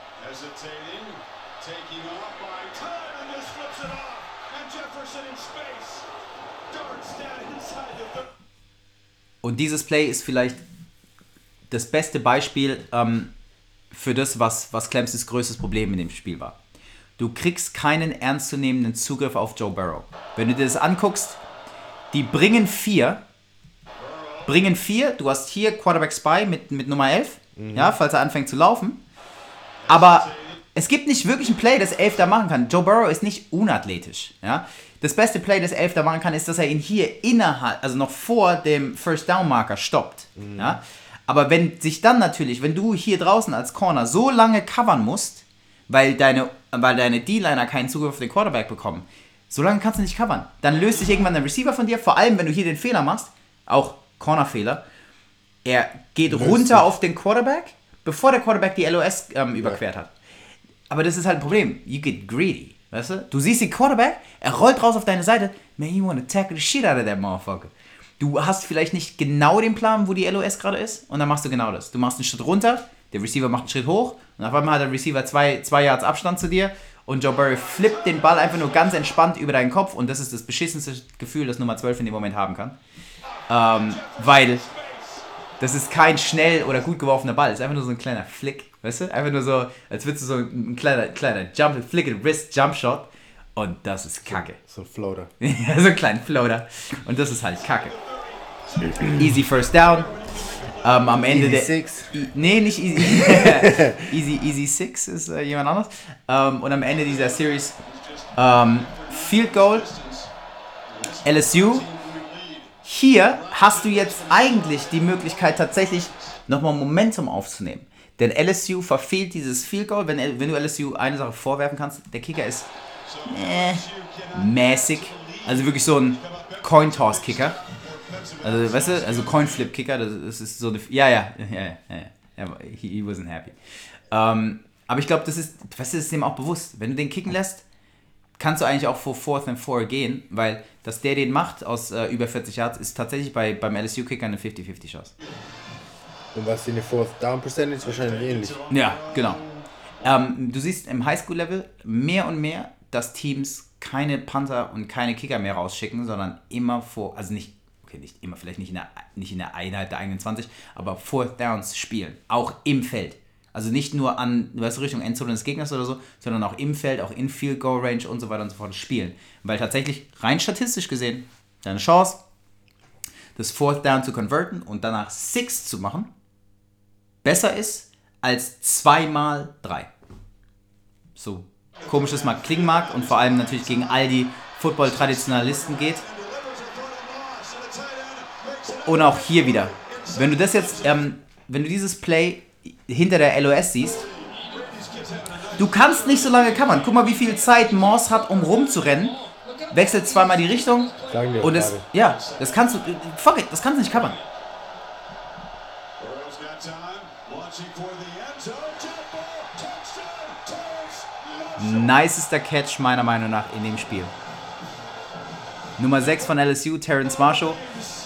[SPEAKER 1] Und dieses Play ist vielleicht das beste Beispiel ähm, für das, was, was Clemsons größtes Problem in dem Spiel war. Du kriegst keinen ernstzunehmenden Zugriff auf Joe Burrow. Wenn du dir das anguckst, die bringen vier, bringen vier, du hast hier Quarterback Spy mit, mit Nummer elf, mhm. ja, falls er anfängt zu laufen. Aber es gibt nicht wirklich ein Play, das elf da machen kann. Joe Burrow ist nicht unathletisch. Ja? Das beste Play, das elf da machen kann, ist, dass er ihn hier innerhalb, also noch vor dem First Down Marker stoppt. Mhm. Ja? Aber wenn sich dann natürlich, wenn du hier draußen als Corner so lange covern musst, weil deine, weil deine D-Liner keinen Zugriff auf den Quarterback bekommen, so lange kannst du nicht covern. Dann löst sich irgendwann der Receiver von dir, vor allem wenn du hier den Fehler machst, auch Corner-Fehler, er geht löst runter sich auf den Quarterback, bevor der Quarterback die L O S ähm, überquert ja. hat. Aber das ist halt ein Problem. You get greedy, weißt du? Du siehst den Quarterback, er rollt raus auf deine Seite, man, you wanna tackle the shit out of that motherfucker. Du hast vielleicht nicht genau den Plan, wo die L O S gerade ist, und dann machst du genau das. Du machst einen Schritt runter, der Receiver macht einen Schritt hoch, und auf einmal hat der Receiver zwei, zwei Yards Abstand zu dir, und Joe Burrow flippt den Ball einfach nur ganz entspannt über deinen Kopf, und das ist das beschissenste Gefühl, das Nummer zwölf in dem Moment haben kann. Ähm, weil das ist kein schnell oder gut geworfener Ball, das ist einfach nur so ein kleiner Flick, weißt du? Einfach nur so, als würdest du so ein kleiner, kleiner Jump, Flick and Wrist Jump Shot, und das ist Kacke.
[SPEAKER 3] So, so ein Floater.
[SPEAKER 1] Ja, so ein kleiner Floater, und das ist halt Kacke. Easy First Down. Ähm, am Ende
[SPEAKER 3] Easy
[SPEAKER 1] der.
[SPEAKER 3] Six?
[SPEAKER 1] I, nee, nicht Easy. Easy Easy Six ist äh, jemand anderes. Ähm, und am Ende dieser Series ähm, Field Goal. L S U. Hier hast du jetzt eigentlich die Möglichkeit, tatsächlich nochmal Momentum aufzunehmen. Denn L S U verfehlt dieses Field Goal. Wenn, wenn du L S U eine Sache vorwerfen kannst, der Kicker ist äh, mäßig. Also wirklich so ein Coin-Toss-Kicker. Also, weißt du, also Coin-Flip-Kicker, das, das ist so eine. Ja, ja, ja, ja, ja. He, he wasn't happy. Ähm, aber ich glaube, das ist, weißt du, das ist dem auch bewusst. Wenn du den kicken lässt, kannst du eigentlich auch vor Fourth and Four gehen, weil, dass der den macht aus äh, über vierzig Yards, ist tatsächlich bei, beim L S U-Kicker eine fifty fifty Chance.
[SPEAKER 3] Und was in der Fourth Down Percentage wahrscheinlich ähnlich.
[SPEAKER 1] Ja, genau. Ähm, du siehst im Highschool-Level mehr und mehr, dass Teams keine Panther und keine Kicker mehr rausschicken, sondern immer vor, also nicht, okay, nicht immer, vielleicht nicht in der, nicht in der Einheit der eigenen zwanzig, aber Fourth Downs spielen, auch im Feld. Also nicht nur an, weißt du, Richtung Endzone des Gegners oder so, sondern auch im Feld, auch in Field Goal Range und so weiter und so fort spielen. Weil tatsächlich, rein statistisch gesehen, deine Chance, das Fourth Down zu converten und danach Six zu machen, besser ist als zweimal drei. So komisch es mal klingen mag und vor allem natürlich gegen all die Football-Traditionalisten geht. Und auch hier wieder. Wenn du das jetzt, ähm, wenn du dieses Play hinter der L O S siehst, du kannst nicht so lange covern. Guck mal, wie viel Zeit Morse hat, um rumzurennen. Wechselt zweimal die Richtung.
[SPEAKER 3] Sagen wir
[SPEAKER 1] und es,
[SPEAKER 3] gerade.
[SPEAKER 1] ja, das kannst du, fuck it, das kannst du nicht covern. Nicester Catch meiner Meinung nach in dem Spiel. Nummer sechs von L S U, Terrence Marshall.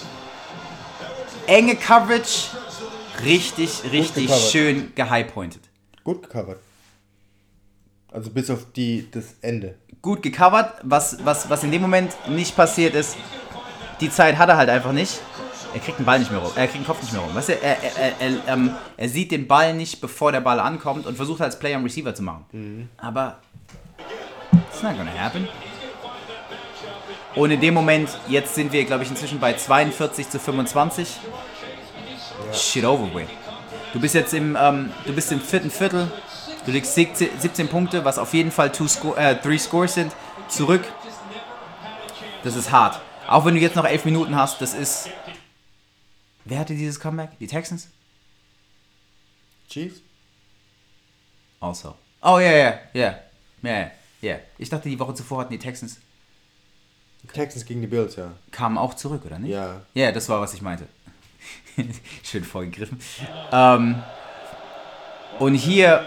[SPEAKER 1] Enge Coverage, richtig, richtig
[SPEAKER 3] gecovert.
[SPEAKER 1] schön gehighpointed.
[SPEAKER 3] Gut gecovert. Also bis auf die, das Ende.
[SPEAKER 1] Gut gecovert, was, was, was in dem Moment nicht passiert ist, die Zeit hat er halt einfach nicht. Er kriegt den Ball nicht mehr rum, er kriegt den Kopf nicht mehr rum. Weißt du, er, er, er, er, ähm, er sieht den Ball nicht, bevor der Ball ankommt und versucht als Player am Receiver zu machen. Mhm. Aber it's not gonna happen. Und in dem Moment, jetzt sind wir, glaube ich, inzwischen bei zweiundvierzig zu fünfundzwanzig. Ja. Shit over with. Du bist jetzt im, ähm, du bist im vierten Viertel. Du legst siebzehn Punkte, was auf jeden Fall two sco- äh, three Scores sind, zurück. Das ist hart. Auch wenn du jetzt noch elf Minuten hast, das ist... Wer hatte dieses Comeback? Die Texans?
[SPEAKER 3] Chiefs?
[SPEAKER 1] Also. Oh, ja, ja, ja. Ja, ja. Ich dachte, die Woche zuvor hatten die Texans...
[SPEAKER 3] Texans gegen die Bills, ja.
[SPEAKER 1] Kamen auch zurück, oder nicht?
[SPEAKER 3] Ja.
[SPEAKER 1] Ja, das war, was ich meinte. Schön vorgegriffen. Ähm, und hier...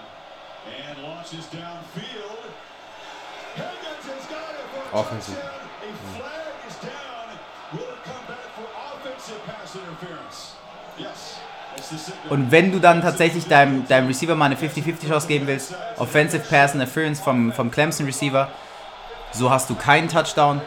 [SPEAKER 3] Offensiv.
[SPEAKER 1] Und wenn du dann tatsächlich deinem, deinem Receiver mal eine fifty fifty Chance geben willst, Offensive Pass Interference vom, vom Clemson Receiver, so hast du keinen Touchdown.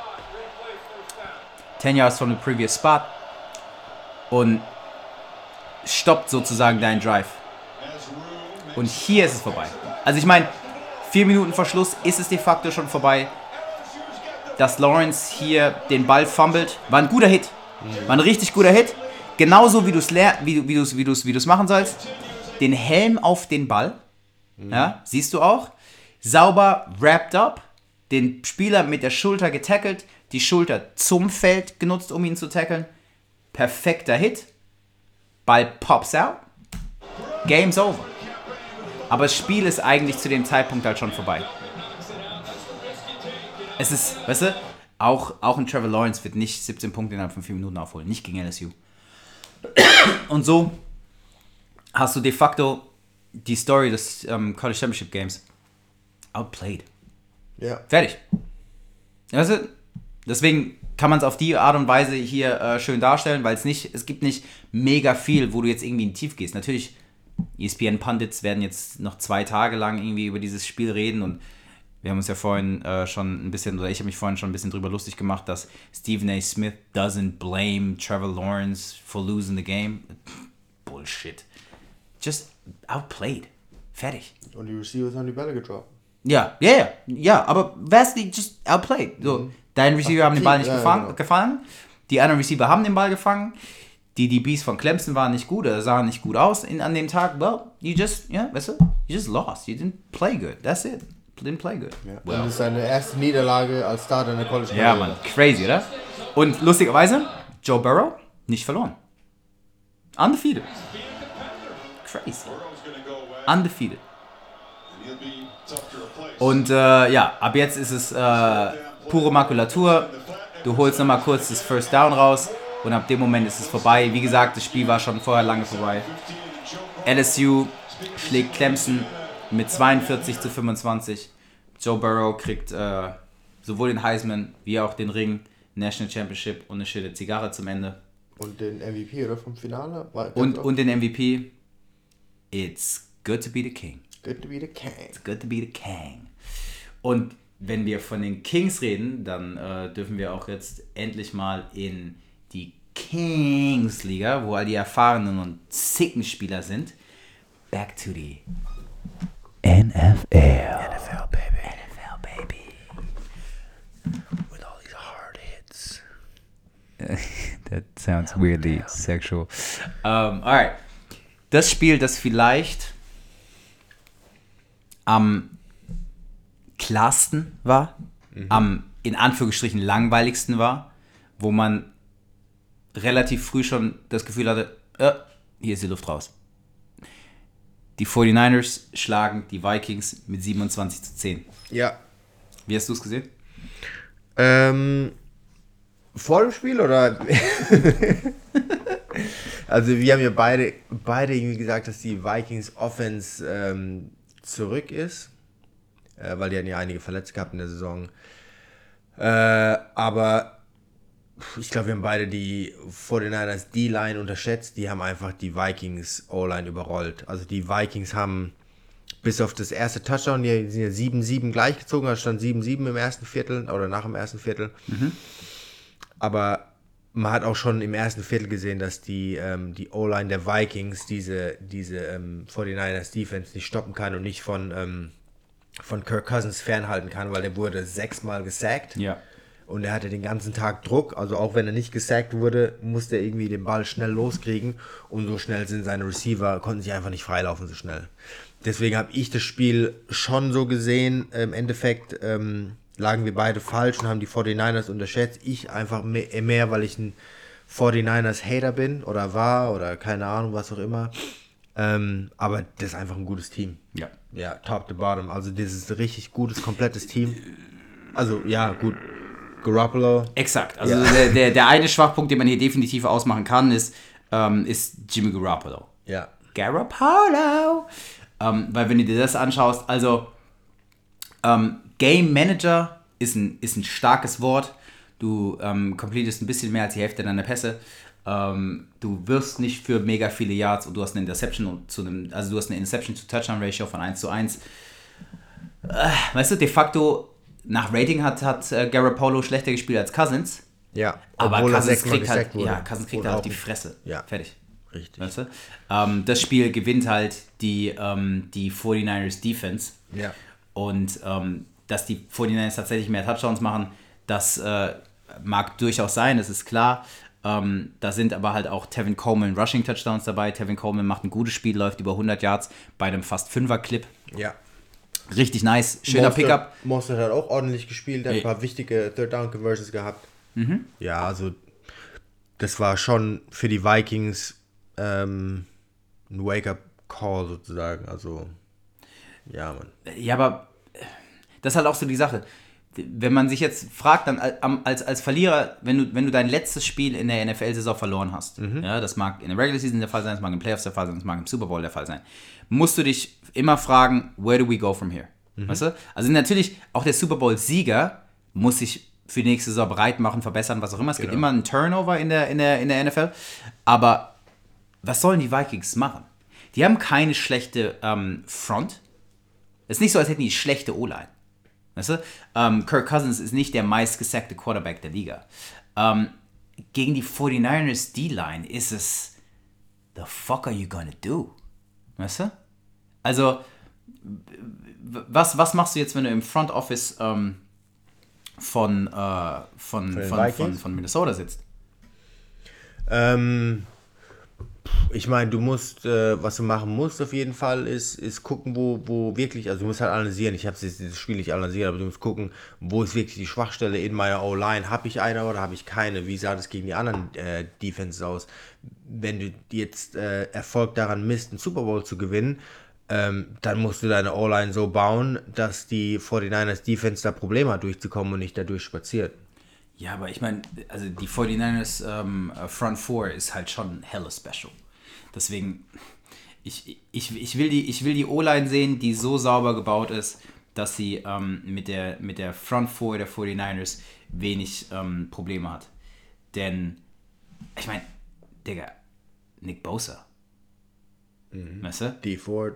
[SPEAKER 1] ten Yards from the previous spot. Und stoppt sozusagen deinen Drive. Und hier ist es vorbei. Also ich meine, vier Minuten vor Schluss ist es de facto schon vorbei. Dass Lawrence hier den Ball fummelt, war ein guter Hit. War ein richtig guter Hit. Genauso wie, du's lehr- wie, du, wie du es wie du's, wie du's machen sollst. Den Helm auf den Ball. Ja, siehst du auch. Sauber wrapped up. Den Spieler mit der Schulter getackelt. Die Schulter zum Feld genutzt, um ihn zu tackeln. Perfekter Hit. Ball pops out. Game's over. Aber das Spiel ist eigentlich zu dem Zeitpunkt halt schon vorbei. Es ist, weißt du, auch, auch ein Trevor Lawrence wird nicht siebzehn Punkte innerhalb von vier Minuten aufholen. Nicht gegen L S U. Und so hast du de facto die Story des ähm, College Championship Games outplayed.
[SPEAKER 3] Ja.
[SPEAKER 1] Fertig. Weißt du, deswegen kann man es auf die Art und Weise hier äh, schön darstellen, weil es nicht, es gibt nicht mega viel, wo du jetzt irgendwie in Tief gehst. Natürlich, E S P N-Pundits werden jetzt noch zwei Tage lang irgendwie über dieses Spiel reden und wir haben uns ja vorhin äh, schon ein bisschen, oder ich habe mich vorhin schon ein bisschen drüber lustig gemacht, dass Stephen A. Smith doesn't blame Trevor Lawrence for losing the game. Bullshit. Just outplayed. Fertig.
[SPEAKER 3] Und die Receivers haben die Bälle gedroppt.
[SPEAKER 1] Ja, ja, ja, ja, aber vastly just outplayed. So,
[SPEAKER 3] Mhm.
[SPEAKER 1] dein Receiver
[SPEAKER 3] Ach,
[SPEAKER 1] haben den Ball nicht
[SPEAKER 3] ja,
[SPEAKER 1] gefangen,
[SPEAKER 3] genau.
[SPEAKER 1] gefangen, die anderen Receiver haben den Ball gefangen, die D Bs von Clemson waren nicht gut, oder sahen nicht gut aus in, an dem Tag. Well, you just, ja, yeah, weißt du, you just lost. You didn't play good. That's it. Didn't play good.
[SPEAKER 3] Ja.
[SPEAKER 1] Well.
[SPEAKER 3] Und das ist seine erste Niederlage als Starter in der college
[SPEAKER 1] Ja, Mann, crazy, oder? Und lustigerweise, Joe Burrow, nicht verloren. Undefeated. Crazy. Undefeated. Und äh, ja, ab jetzt ist es äh, pure Makulatur. Du holst nochmal kurz das First Down raus und ab dem Moment ist es vorbei. Wie gesagt, das Spiel war schon vorher lange vorbei. L S U schlägt Clemson mit zweiundvierzig zu fünfundzwanzig. Joe Burrow kriegt äh, sowohl den Heisman wie auch den Ring, National Championship und eine schöne Zigarre zum Ende.
[SPEAKER 3] Und den M V P, oder? Vom Finale? War
[SPEAKER 1] Und, und den M V P. It's good to be the king.
[SPEAKER 3] Good to be the king.
[SPEAKER 1] It's good to be the king. Und wenn wir von den Kings reden, dann äh, dürfen wir auch jetzt endlich mal in die Kings-Liga, wo all die erfahrenen und sicken Spieler sind. Back to the
[SPEAKER 2] N F L.
[SPEAKER 3] N F L, baby.
[SPEAKER 2] N F L, baby. With all these hard hits.
[SPEAKER 1] That sounds weirdly sexual. Um, alright. Das Spiel, das vielleicht am klarsten war, mhm. am in Anführungsstrichen langweiligsten war, wo man relativ früh schon das Gefühl hatte, äh, hier ist die Luft raus. Die forty-niners schlagen die Vikings mit siebenundzwanzig zu zehn.
[SPEAKER 3] Ja.
[SPEAKER 1] Wie hast du es gesehen?
[SPEAKER 3] Ähm, vor dem Spiel oder? Also wir haben ja beide, beide irgendwie gesagt, dass die Vikings Offense ähm, zurück ist, äh, weil die hatten ja einige Verletzte gehabt in der Saison. Äh, aber ich glaube, wir haben beide die forty-niners D-Line unterschätzt. Die haben einfach die Vikings O-Line überrollt. Also die Vikings haben bis auf das erste Touchdown, die sind ja sieben sieben gleichgezogen, da stand sieben sieben im ersten Viertel oder nach dem ersten Viertel. Mhm. Aber man hat auch schon im ersten Viertel gesehen, dass die, ähm, die O-Line der Vikings diese, diese ähm, forty-niners Defense nicht stoppen kann und nicht von, ähm, von Kirk Cousins fernhalten kann, weil der wurde sechsmal gesackt.
[SPEAKER 1] Ja.
[SPEAKER 3] Und er hatte den ganzen Tag Druck, also auch wenn er nicht gesackt wurde, musste er irgendwie den Ball schnell loskriegen und so schnell sind seine Receiver, konnten sich einfach nicht freilaufen so schnell. Deswegen habe ich das Spiel schon so gesehen, im Endeffekt ähm, lagen wir beide falsch und haben die forty-niners unterschätzt. Ich einfach mehr, mehr weil ich ein forty-niners Hater bin oder war oder keine Ahnung, was auch immer. Ähm, aber das ist einfach ein gutes Team.
[SPEAKER 1] Ja.
[SPEAKER 3] Ja, top to bottom. Also das ist ein richtig gutes, komplettes Team. Also ja, gut. Garoppolo.
[SPEAKER 1] Exakt. Also
[SPEAKER 3] ja.
[SPEAKER 1] der, der, der eine Schwachpunkt, den man hier definitiv ausmachen kann, ist, ähm, ist Jimmy Garoppolo.
[SPEAKER 3] Ja.
[SPEAKER 1] Garoppolo. Ähm, weil wenn du dir das anschaust, also ähm, Game Manager ist ein, ist ein starkes Wort. Du ähm, completest ein bisschen mehr als die Hälfte deiner Pässe. Ähm, du wirst nicht für mega viele Yards und du hast eine Interception zu einem, also du hast eine Interception to Touchdown Ratio von eins zu eins. Äh, weißt du, de facto nach Rating hat, hat äh, Garoppolo schlechter gespielt als Cousins.
[SPEAKER 3] Ja,
[SPEAKER 1] aber
[SPEAKER 3] obwohl
[SPEAKER 1] Cousins
[SPEAKER 3] er
[SPEAKER 1] kriegt halt,
[SPEAKER 3] wurde.
[SPEAKER 1] ja, Cousins kriegt
[SPEAKER 3] Oder
[SPEAKER 1] halt
[SPEAKER 3] auch
[SPEAKER 1] auf die Fresse.
[SPEAKER 3] Ja.
[SPEAKER 1] Fertig.
[SPEAKER 3] Richtig.
[SPEAKER 1] Weißt du? ähm, das Spiel gewinnt halt die, ähm, die forty-niners Defense.
[SPEAKER 3] Ja.
[SPEAKER 1] Und ähm, dass die forty-niners tatsächlich mehr Touchdowns machen, das äh, mag durchaus sein, das ist klar. Ähm, da sind aber halt auch Tevin Coleman Rushing Touchdowns dabei. Tevin Coleman macht ein gutes Spiel, läuft über hundert Yards bei einem fast Fünfer-Clip.
[SPEAKER 3] Ja.
[SPEAKER 1] Richtig nice, schöner
[SPEAKER 3] Mostert,
[SPEAKER 1] Pickup.
[SPEAKER 3] Mostert hat auch ordentlich gespielt, hat
[SPEAKER 1] Ey.
[SPEAKER 3] ein paar wichtige Third-Down-Conversions gehabt.
[SPEAKER 1] Mhm.
[SPEAKER 3] Ja, also das war schon für die Vikings ähm, ein Wake-up-Call sozusagen. Also, ja, Mann.
[SPEAKER 1] Ja, aber das ist halt auch so die Sache. Wenn man sich jetzt fragt, dann als, als Verlierer, wenn du, wenn du dein letztes Spiel in der N F L-Saison verloren hast, mhm. ja, das mag in der Regular Season der Fall sein, das mag im Playoffs der Fall sein, das mag im Super Bowl der Fall sein, musst du dich immer fragen, where do we go from here? Mhm. Weißt du? Also natürlich, auch der Super Bowl-Sieger muss sich für die nächste Saison bereit machen, verbessern, was auch immer. Es genau. gibt immer einen Turnover in der, in, der, in der N F L, aber was sollen die Vikings machen? Die haben keine schlechte ähm, Front. Es ist nicht so, als hätten die schlechte O-Line. Weißt du? Ähm, Kirk Cousins ist nicht der meistgesackte Quarterback der Liga. Ähm, gegen die forty-niners D-Line ist es, the fuck are you gonna do? Weißt du? Also, was, was machst du jetzt, wenn du im Front Office ähm, von, äh, von, von, von, von, von Minnesota sitzt?
[SPEAKER 3] Ähm... Ich meine, du musst, äh, was du machen musst auf jeden Fall, ist, ist gucken, wo, wo wirklich, also du musst halt analysieren, ich habe dieses Spiel nicht analysiert, aber du musst gucken, wo ist wirklich die Schwachstelle in meiner O-Line, habe ich eine oder habe ich keine, wie sah das gegen die anderen äh, Defenses aus? Wenn du jetzt äh, Erfolg daran misst, einen Super Bowl zu gewinnen, ähm, dann musst du deine O-Line so bauen, dass die forty-niners Defense da Probleme hat, durchzukommen und nicht dadurch spaziert.
[SPEAKER 1] Ja, aber ich meine, also die forty-niners ähm, Front Four ist halt schon hella special. Deswegen, ich, ich, ich will die, ich will die O-Line sehen, die so sauber gebaut ist, dass sie ähm, mit, der, mit der Front Four der forty-niners wenig ähm, Probleme hat. Denn, ich meine, Digga, Nick Bosa. Mhm. Weißt du?
[SPEAKER 3] Dee Ford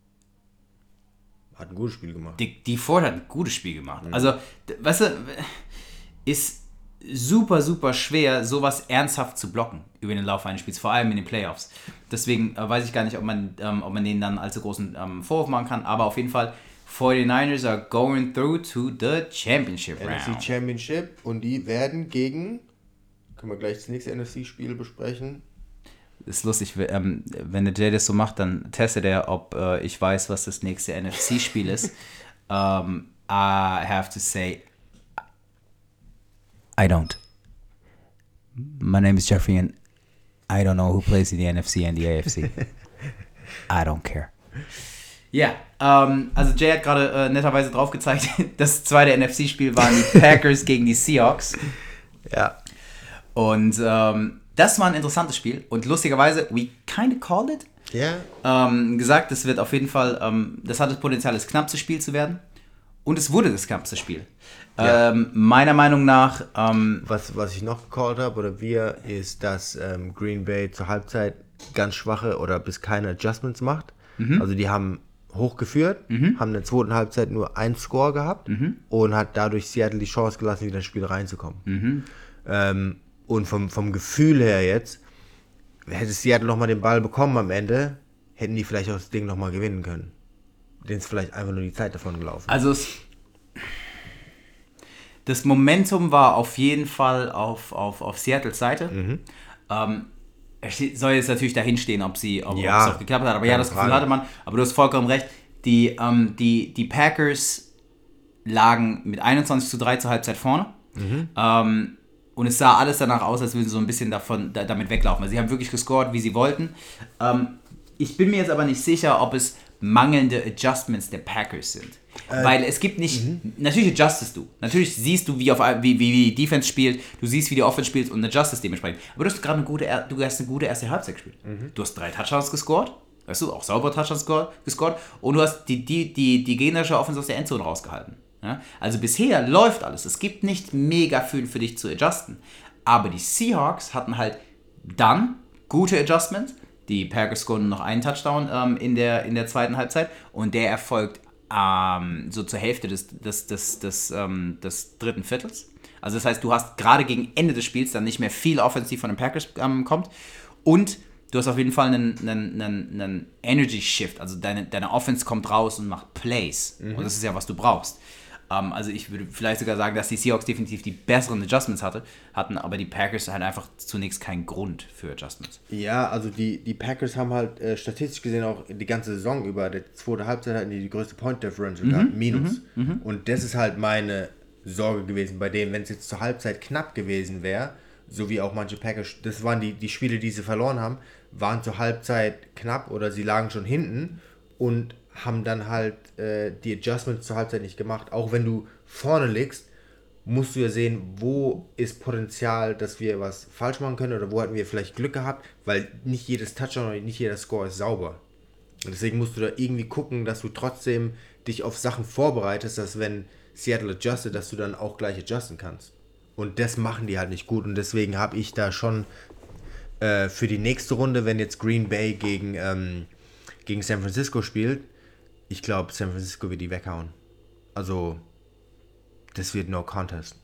[SPEAKER 3] hat ein gutes Spiel gemacht.
[SPEAKER 1] Dee, Dee Ford hat ein gutes Spiel gemacht. Mhm. Also, weißt du, ist super, super schwer, sowas ernsthaft zu blocken über den Lauf eines Spiels, vor allem in den Playoffs. Deswegen äh, weiß ich gar nicht, ob man, ähm, ob man denen dann allzu großen ähm, Vorwurf machen kann, aber auf jeden Fall, forty-niners are going through to the championship round.
[SPEAKER 3] N F C Championship und die werden gegen können wir gleich das nächste N F C-Spiel besprechen.
[SPEAKER 1] Ist lustig, ähm, wenn der Jay das so macht, dann testet er, ob äh, ich weiß, was das nächste N F C-Spiel ist. um, I have to say, I don't. My name is Jeffrey and I don't know who plays in the N F C and the A F C. I don't care. Ja, yeah, ähm, also Jay hat gerade äh, netterweise drauf gezeigt, das zweite N F C-Spiel waren die Packers gegen die Seahawks.
[SPEAKER 3] Ja.
[SPEAKER 1] Und ähm, das war ein interessantes Spiel. Und lustigerweise, we kind of called it.
[SPEAKER 3] Ja.
[SPEAKER 1] Ähm, gesagt, das wird auf jeden Fall, ähm, das hat das Potenzial, das knappste Spiel zu werden. Und es wurde das knappste Spiel.
[SPEAKER 3] Ja.
[SPEAKER 1] Ähm, meiner Meinung nach... Ähm,
[SPEAKER 3] was, was ich noch gecallt habe, oder wir, ist, dass ähm, Green Bay zur Halbzeit ganz schwache oder bis keine Adjustments macht. Mhm. Also die haben hochgeführt, mhm. haben in der zweiten Halbzeit nur einen Score gehabt mhm. und hat dadurch Seattle die Chance gelassen, wieder ins Spiel reinzukommen. Mhm. Ähm, und vom, vom Gefühl her jetzt, hätte Seattle nochmal den Ball bekommen am Ende, hätten die vielleicht auch das Ding nochmal gewinnen können. Denen ist vielleicht einfach nur die Zeit davon gelaufen.
[SPEAKER 1] Also es, das Momentum war auf jeden Fall auf, auf, auf Seattles Seite. Mhm. Ähm, es soll jetzt natürlich dahin stehen, ob, sie, ob,
[SPEAKER 3] ja,
[SPEAKER 1] ob es auch geklappt hat. Aber ja, das Gefühl hatte man. Aber du hast vollkommen recht. Die, ähm, die, die Packers lagen mit einundzwanzig zu drei zur Halbzeit vorne. Mhm. Ähm, und es sah alles danach aus, als würden sie so ein bisschen davon, da, damit weglaufen. Also sie haben wirklich gescored, wie sie wollten. Ähm, ich bin mir jetzt aber nicht sicher, ob es mangelnde Adjustments der Packers sind. Äh, Weil es gibt nicht, m- natürlich adjustest du. Natürlich siehst du, wie, auf, wie, wie die Defense spielt, du siehst, wie die Offense spielt und adjustest dementsprechend. Aber du hast gerade eine gute, du hast eine gute erste Halbzeit gespielt. Mhm. Du hast drei Touchdowns gescored, weißt du, auch sauber Touchdowns gescored und du hast die, die, die, die gegnerische Offense aus der Endzone rausgehalten. Ja? Also bisher läuft alles. Es gibt nicht mega viel für dich zu adjusten. Aber die Seahawks hatten halt dann gute Adjustments. Die Packers scoren noch einen Touchdown ähm, in, der, in der zweiten Halbzeit und der erfolgt ähm, so zur Hälfte des, des, des, des, ähm, des dritten Viertels. Also das heißt, du hast gerade gegen Ende des Spiels dann nicht mehr viel Offensiv von den Packers ähm, kommt und du hast auf jeden Fall einen, einen, einen, einen Energy Shift, also deine, deine Offense kommt raus und macht Plays mhm. und das ist ja, was du brauchst. Um, also ich würde vielleicht sogar sagen, dass die Seahawks definitiv die besseren Adjustments hatte, hatten, aber die Packers halt einfach zunächst keinen Grund für Adjustments.
[SPEAKER 3] Ja, also die, die Packers haben halt äh, statistisch gesehen auch die ganze Saison über, die zweite Halbzeit hatten die die größte Point Differential mhm, gehabt, Minus. Mhm, mhm. Und das ist halt meine Sorge gewesen bei denen, wenn es jetzt zur Halbzeit knapp gewesen wäre, so wie auch manche Packers, das waren die, die Spiele, die sie verloren haben, waren zur Halbzeit knapp oder sie lagen schon hinten und haben dann halt äh, die Adjustments zur Halbzeit nicht gemacht. Auch wenn du vorne liegst, musst du ja sehen, wo ist Potenzial, dass wir was falsch machen können oder wo hatten wir vielleicht Glück gehabt, weil nicht jedes Touchdown oder nicht jeder Score ist sauber. Und deswegen musst du da irgendwie gucken, dass du trotzdem dich auf Sachen vorbereitest, dass wenn Seattle adjustet, dass du dann auch gleich adjusten kannst. Und das machen die halt nicht gut und deswegen habe ich da schon äh, für die nächste Runde, wenn jetzt Green Bay gegen, ähm, gegen San Francisco spielt, ich glaube, San Francisco wird die weghauen. Also, das wird no contest.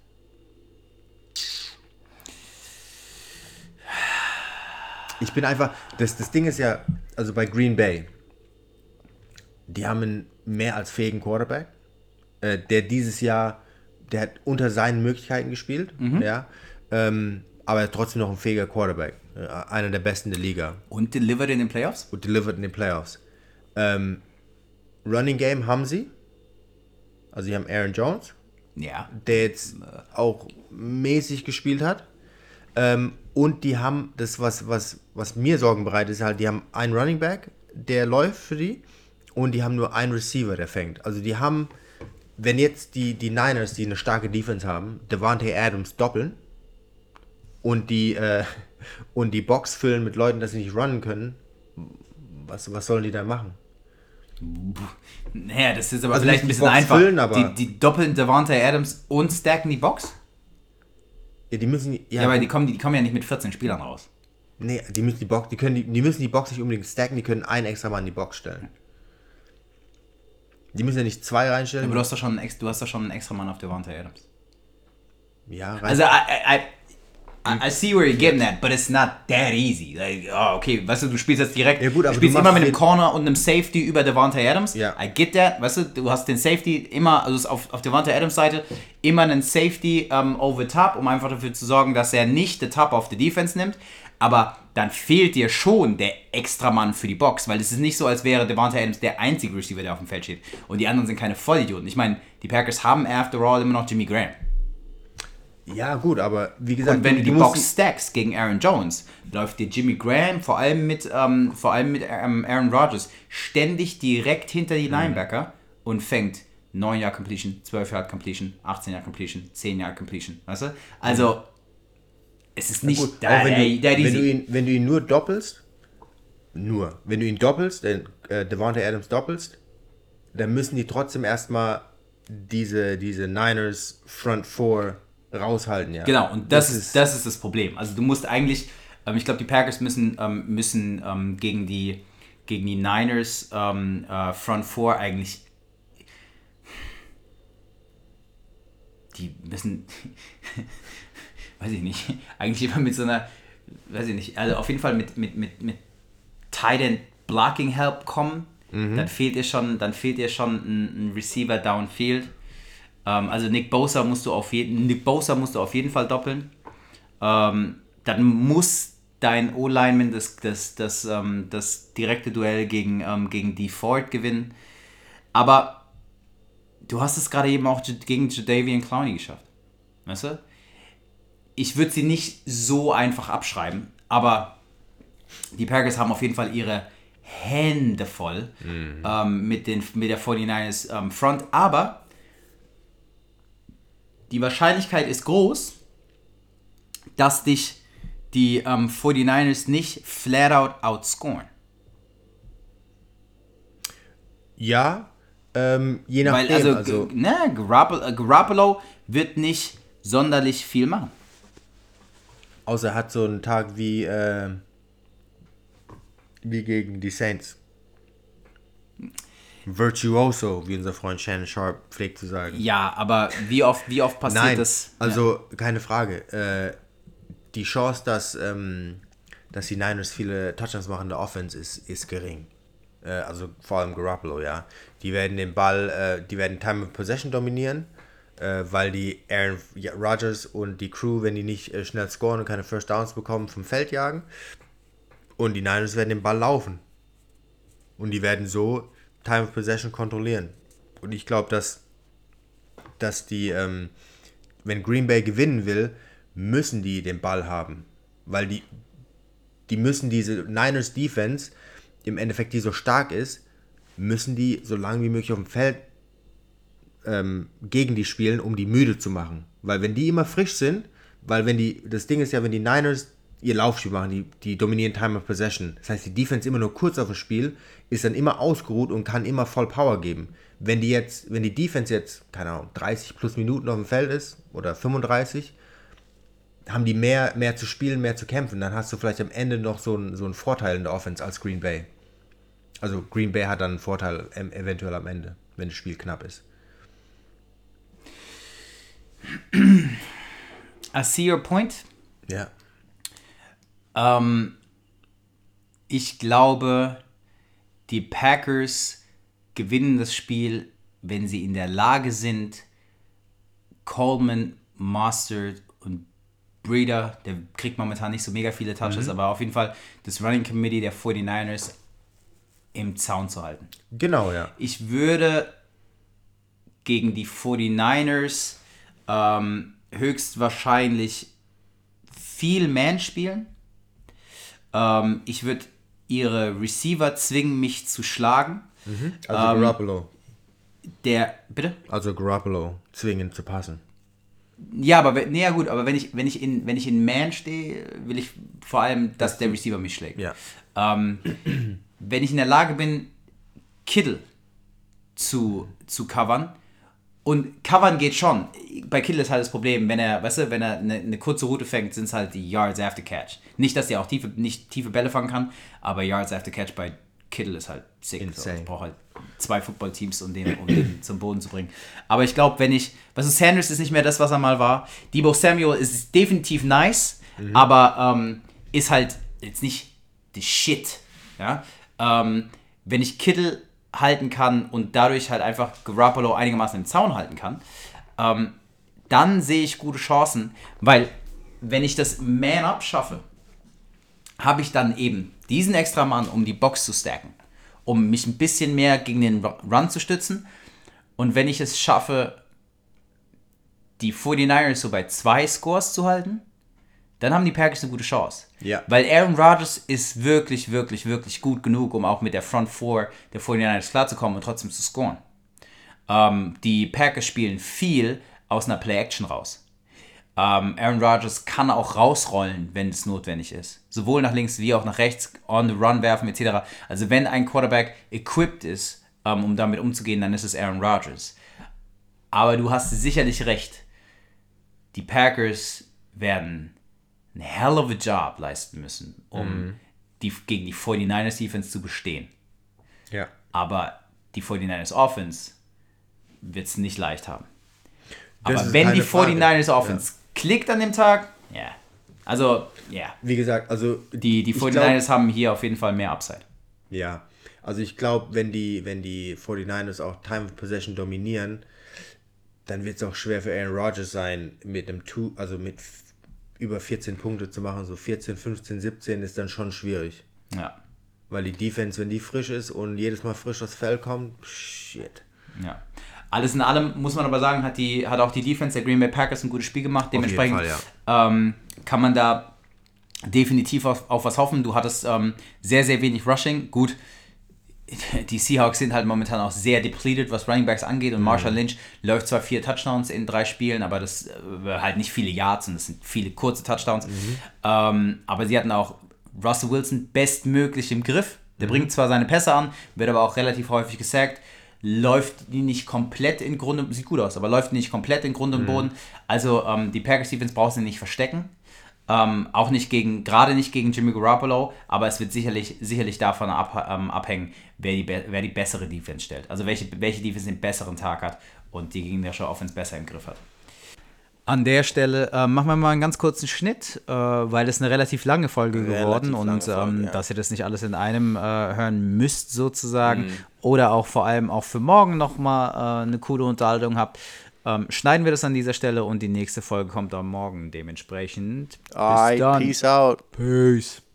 [SPEAKER 3] Ich bin einfach, das, das Ding ist ja, also bei Green Bay, die haben einen mehr als fähigen Quarterback, äh, der dieses Jahr, der hat unter seinen Möglichkeiten gespielt, mhm. ja, ähm, aber er hat trotzdem noch ein fähiger Quarterback, äh, einer der besten der Liga.
[SPEAKER 1] Und delivered in den Playoffs?
[SPEAKER 3] Und delivered in den Playoffs. Ähm, Running Game haben sie. Also sie haben Aaron Jones,
[SPEAKER 1] ja.
[SPEAKER 3] der jetzt auch mäßig gespielt hat. Ähm, und die haben, das was, was, was mir Sorgen bereitet, ist halt, die haben einen Running Back, der läuft für die und die haben nur einen Receiver, der fängt. Also die haben, wenn jetzt die, die Niners, die eine starke Defense haben, Davante Adams doppeln und die, äh, und die Box füllen mit Leuten, dass sie nicht runnen können, was, was sollen die da machen?
[SPEAKER 1] Naja, das ist aber
[SPEAKER 3] also
[SPEAKER 1] vielleicht ein bisschen einfach.
[SPEAKER 3] Füllen, aber
[SPEAKER 1] die, die doppeln Davante Adams und stacken die Box?
[SPEAKER 3] Ja, die müssen.
[SPEAKER 1] Ja, ja aber die kommen, die kommen ja nicht mit vierzehn Spielern raus.
[SPEAKER 3] Nee, die müssen die Box, die können die, die müssen die Box nicht unbedingt stacken, die können einen extra Mann in die Box stellen. Die müssen ja nicht zwei reinstellen.
[SPEAKER 1] Aber du hast doch schon einen, du hast doch schon einen extra Mann auf Davante Adams.
[SPEAKER 3] Ja, rein.
[SPEAKER 1] Also, I, I, I, I see where you're getting at, but it's not that easy. Like, oh, okay, weißt du, du spielst jetzt direkt,
[SPEAKER 3] Ja, gut, aber
[SPEAKER 1] du spielst
[SPEAKER 3] du
[SPEAKER 1] immer
[SPEAKER 3] machst
[SPEAKER 1] mit einem
[SPEAKER 3] den-
[SPEAKER 1] Corner und einem Safety über Devontae Adams.
[SPEAKER 3] Ja.
[SPEAKER 1] I get that, weißt du, du hast den Safety immer, also auf, auf Devontae Adams Seite, immer einen Safety ähm, over top, um einfach dafür zu sorgen, dass er nicht den Top auf die Defense nimmt. Aber dann fehlt dir schon der Extramann für die Box, weil es ist nicht so, als wäre Devontae Adams der einzige Receiver, der auf dem Feld steht. Und die anderen sind keine Vollidioten. Ich meine, die Packers haben after all immer noch Jimmy Graham.
[SPEAKER 3] Ja, gut, aber wie gesagt,
[SPEAKER 1] Und wenn du die
[SPEAKER 3] musst-
[SPEAKER 1] Box stackst gegen Aaron Jones, läuft dir Jimmy Graham, vor allem mit, ähm, vor allem mit ähm, Aaron Rodgers, ständig direkt hinter die Linebacker und fängt neun Yard Completion, zwölf Yard Completion, achtzehn Yard Completion, zehn Yard Completion. Weißt du? Also, es ist nicht
[SPEAKER 3] Gut,
[SPEAKER 1] da,
[SPEAKER 3] auch wenn,
[SPEAKER 1] ey,
[SPEAKER 3] du,
[SPEAKER 1] that
[SPEAKER 3] wenn,
[SPEAKER 1] easy.
[SPEAKER 3] du ihn, wenn du ihn nur doppelst, nur, wenn du ihn doppelst, den, äh, Devontae Adams doppelst, dann müssen die trotzdem erstmal diese, diese Niners Front Four raushalten, ja.
[SPEAKER 1] Genau, und das, das, ist, das ist das Problem. Also du musst eigentlich, ähm, ich glaube, die Packers müssen, ähm, müssen ähm, gegen, die, gegen die Niners ähm, äh, Front Four eigentlich, die müssen, weiß ich nicht, eigentlich immer mit so einer, weiß ich nicht, also auf jeden Fall mit, mit, mit, mit Tight End Blocking Help kommen, mhm. dann fehlt dir schon, dann fehlt dir schon ein, ein Receiver downfield. Ähm, also Nick Bosa musst du auf jeden, Nick Bosa musst du auf jeden Fall doppeln. Ähm, dann muss dein O-Lineman das, das, das, ähm, das direkte Duell gegen, ähm, gegen Dee Ford gewinnen. Aber du hast es gerade eben auch gegen Jadeveon Clowney geschafft. Weißt du? Ich würde sie nicht so einfach abschreiben, aber die Packers haben auf jeden Fall ihre Hände voll mhm. ähm, mit, den, mit der forty-niners ähm, Front. Aber die Wahrscheinlichkeit ist groß, dass dich die ähm, forty-niners nicht flat out outscoren.
[SPEAKER 3] Ja, ähm, je nachdem.
[SPEAKER 1] Weil also,
[SPEAKER 3] also
[SPEAKER 1] G- ne, Garoppolo, äh, Garoppolo wird nicht sonderlich viel machen.
[SPEAKER 3] außer er hat so einen Tag wie, äh, wie gegen die Saints. Virtuoso, wie unser Freund Shannon Sharp pflegt zu sagen.
[SPEAKER 1] Ja, aber wie oft, wie oft passiert
[SPEAKER 3] Nein,
[SPEAKER 1] das?
[SPEAKER 3] also keine Frage. Äh, die Chance, dass, ähm, dass die Niners viele Touchdowns machen in der Offense, ist, ist gering. Äh, also vor allem Garoppolo, ja. Die werden den Ball, äh, die werden Time of Possession dominieren, äh, weil die Aaron Rodgers und die Crew, wenn die nicht äh, schnell scoren und keine First Downs bekommen, vom Feld jagen. Und die Niners werden den Ball laufen. Und die werden so Time of Possession kontrollieren. Und ich glaube, dass, dass die, ähm, wenn Green Bay gewinnen will, müssen die den Ball haben. Weil die, die müssen diese Niners Defense, im Endeffekt die so stark ist, müssen die so lange wie möglich auf dem Feld ähm, gegen die spielen, um die müde zu machen. Weil wenn die immer frisch sind, weil wenn die, das Ding ist ja, wenn die Niners ihr Laufspiel machen, die, die dominieren Time of Possession. Das heißt, die Defense immer nur kurz auf dem Spiel, ist dann immer ausgeruht und kann immer voll Power geben. Wenn die jetzt, wenn die Defense jetzt, keine Ahnung, dreißig plus Minuten auf dem Feld ist oder fünfunddreißig, haben die mehr, mehr zu spielen, mehr zu kämpfen. Dann hast du vielleicht am Ende noch so einen, so einen Vorteil in der Offense als Green Bay. Also Green Bay hat dann einen Vorteil ähm, eventuell am Ende, wenn das Spiel knapp ist.
[SPEAKER 1] I see your point.
[SPEAKER 3] Ja.
[SPEAKER 1] Ähm, ich glaube, die Packers gewinnen das Spiel, wenn sie in der Lage sind, Coleman, Mostert und Breeder, der kriegt momentan nicht so mega viele Touches, mhm. aber auf jeden Fall das Running Committee der forty-niners im Zaun zu halten.
[SPEAKER 3] Genau, ja.
[SPEAKER 1] Ich würde gegen die forty-niners ähm, höchstwahrscheinlich viel Man spielen. Ähm, ich würde ihre Receiver zwingen, mich zu schlagen.
[SPEAKER 3] Mhm. Also ähm, Garoppolo.
[SPEAKER 1] Der, bitte?
[SPEAKER 3] Also Garoppolo zwingen zu passen.
[SPEAKER 1] Ja, aber nee, ja gut, aber wenn ich, wenn ich in, wenn ich in Man stehe, will ich vor allem, dass der Receiver mich schlägt.
[SPEAKER 3] Ja.
[SPEAKER 1] Ähm, wenn ich in der Lage bin, Kittle zu, zu covern, und covern geht schon. Bei Kittle ist halt das Problem, wenn er, weißt du, wenn er eine, eine kurze Route fängt, sind es halt die Yards after Catch. Nicht, dass er auch tiefe, nicht tiefe Bälle fangen kann, aber Yards after Catch bei Kittle ist halt sick. So. Ich brauche halt zwei Footballteams, um den, um den zum Boden zu bringen. Aber ich glaube, wenn ich, weißt du, Sanders ist nicht mehr das, was er mal war. Deebo Samuel ist definitiv nice, mhm. aber ähm, ist halt jetzt nicht the shit. Ja? Ähm, wenn ich Kittle halten kann und dadurch halt einfach Garoppolo einigermaßen im Zaun halten kann, ähm, dann sehe ich gute Chancen, weil wenn ich das Man-Up schaffe, habe ich dann eben diesen extra Mann, um die Box zu stacken, um mich ein bisschen mehr gegen den Run zu stützen. Und wenn ich es schaffe, die forty-niners so bei zwei Scores zu halten, dann haben die Packers eine gute Chance.
[SPEAKER 3] Ja.
[SPEAKER 1] Weil Aaron Rodgers ist wirklich, wirklich, wirklich gut genug, um auch mit der Front Four der forty-niners klarzukommen und trotzdem zu scoren. Ähm, die Packers spielen viel aus einer Play-Action raus. Ähm, Aaron Rodgers kann auch rausrollen, wenn es notwendig ist. Sowohl nach links wie auch nach rechts, on the run werfen et cetera. Also wenn ein Quarterback equipped ist, ähm, um damit umzugehen, dann ist es Aaron Rodgers. Aber du hast sicherlich recht. Die Packers werden einen hell of a job leisten müssen, um mhm. die, gegen die forty-niners Defense zu bestehen.
[SPEAKER 3] Ja.
[SPEAKER 1] Aber die forty-niners Offense wird es nicht leicht haben.
[SPEAKER 3] Das
[SPEAKER 1] Aber wenn die forty-niners
[SPEAKER 3] Frage.
[SPEAKER 1] Offense ja. klickt an dem Tag, ja. Yeah. Also, ja. Yeah.
[SPEAKER 3] Wie gesagt, also
[SPEAKER 1] die, die forty-niners glaub, haben hier auf jeden Fall mehr Upside.
[SPEAKER 3] Ja. Also ich glaube, wenn die, wenn die forty-niners auch Time of Possession dominieren, dann wird es auch schwer für Aaron Rodgers sein, mit einem Two, also mit f- über vierzehn Punkte zu machen. So vierzehn, fünfzehn, siebzehn ist dann schon schwierig.
[SPEAKER 1] Ja.
[SPEAKER 3] Weil die Defense, wenn die frisch ist und jedes Mal frisch aufs Feld kommt, shit.
[SPEAKER 1] Ja. Alles in allem muss man aber sagen, hat, die, hat auch die Defense der Green Bay Packers ein gutes Spiel gemacht. Dementsprechend
[SPEAKER 3] Fall, ja.
[SPEAKER 1] ähm, kann man da definitiv auf, auf was hoffen. Du hattest ähm, sehr, sehr wenig Rushing. Gut, die Seahawks sind halt momentan auch sehr depleted, was Running Backs angeht. Und Marshawn Lynch läuft zwar vier Touchdowns in drei Spielen, aber das äh, halt nicht viele Yards und das sind viele kurze Touchdowns. Mhm. Ähm, aber sie hatten auch Russell Wilson bestmöglich im Griff. Der mhm. bringt zwar seine Pässe an, wird aber auch relativ häufig gesackt. Läuft die nicht komplett in Grund und sieht gut aus, aber läuft nicht komplett in Grund und Boden. Mhm. Also ähm, die Packers Defense braucht sie nicht verstecken. Ähm, auch nicht gegen, gerade nicht gegen Jimmy Garoppolo, aber es wird sicherlich, sicherlich davon ab, ähm, abhängen, wer die, wer die bessere Defense stellt. Also welche, welche Defense den besseren Tag hat und die gegnerische Offense besser im Griff hat. An der Stelle äh, machen wir mal einen ganz kurzen Schnitt, äh, weil es eine relativ lange Folge relativ geworden lange und Folge, ähm, ja. dass ihr das nicht alles in einem äh, hören müsst sozusagen mhm. oder auch vor allem auch für morgen nochmal äh, eine coole Unterhaltung habt. Ähm, schneiden wir das an dieser Stelle und die nächste Folge kommt am Morgen dementsprechend. Bis
[SPEAKER 2] Alright,
[SPEAKER 1] dann.
[SPEAKER 2] Peace out.
[SPEAKER 1] Peace.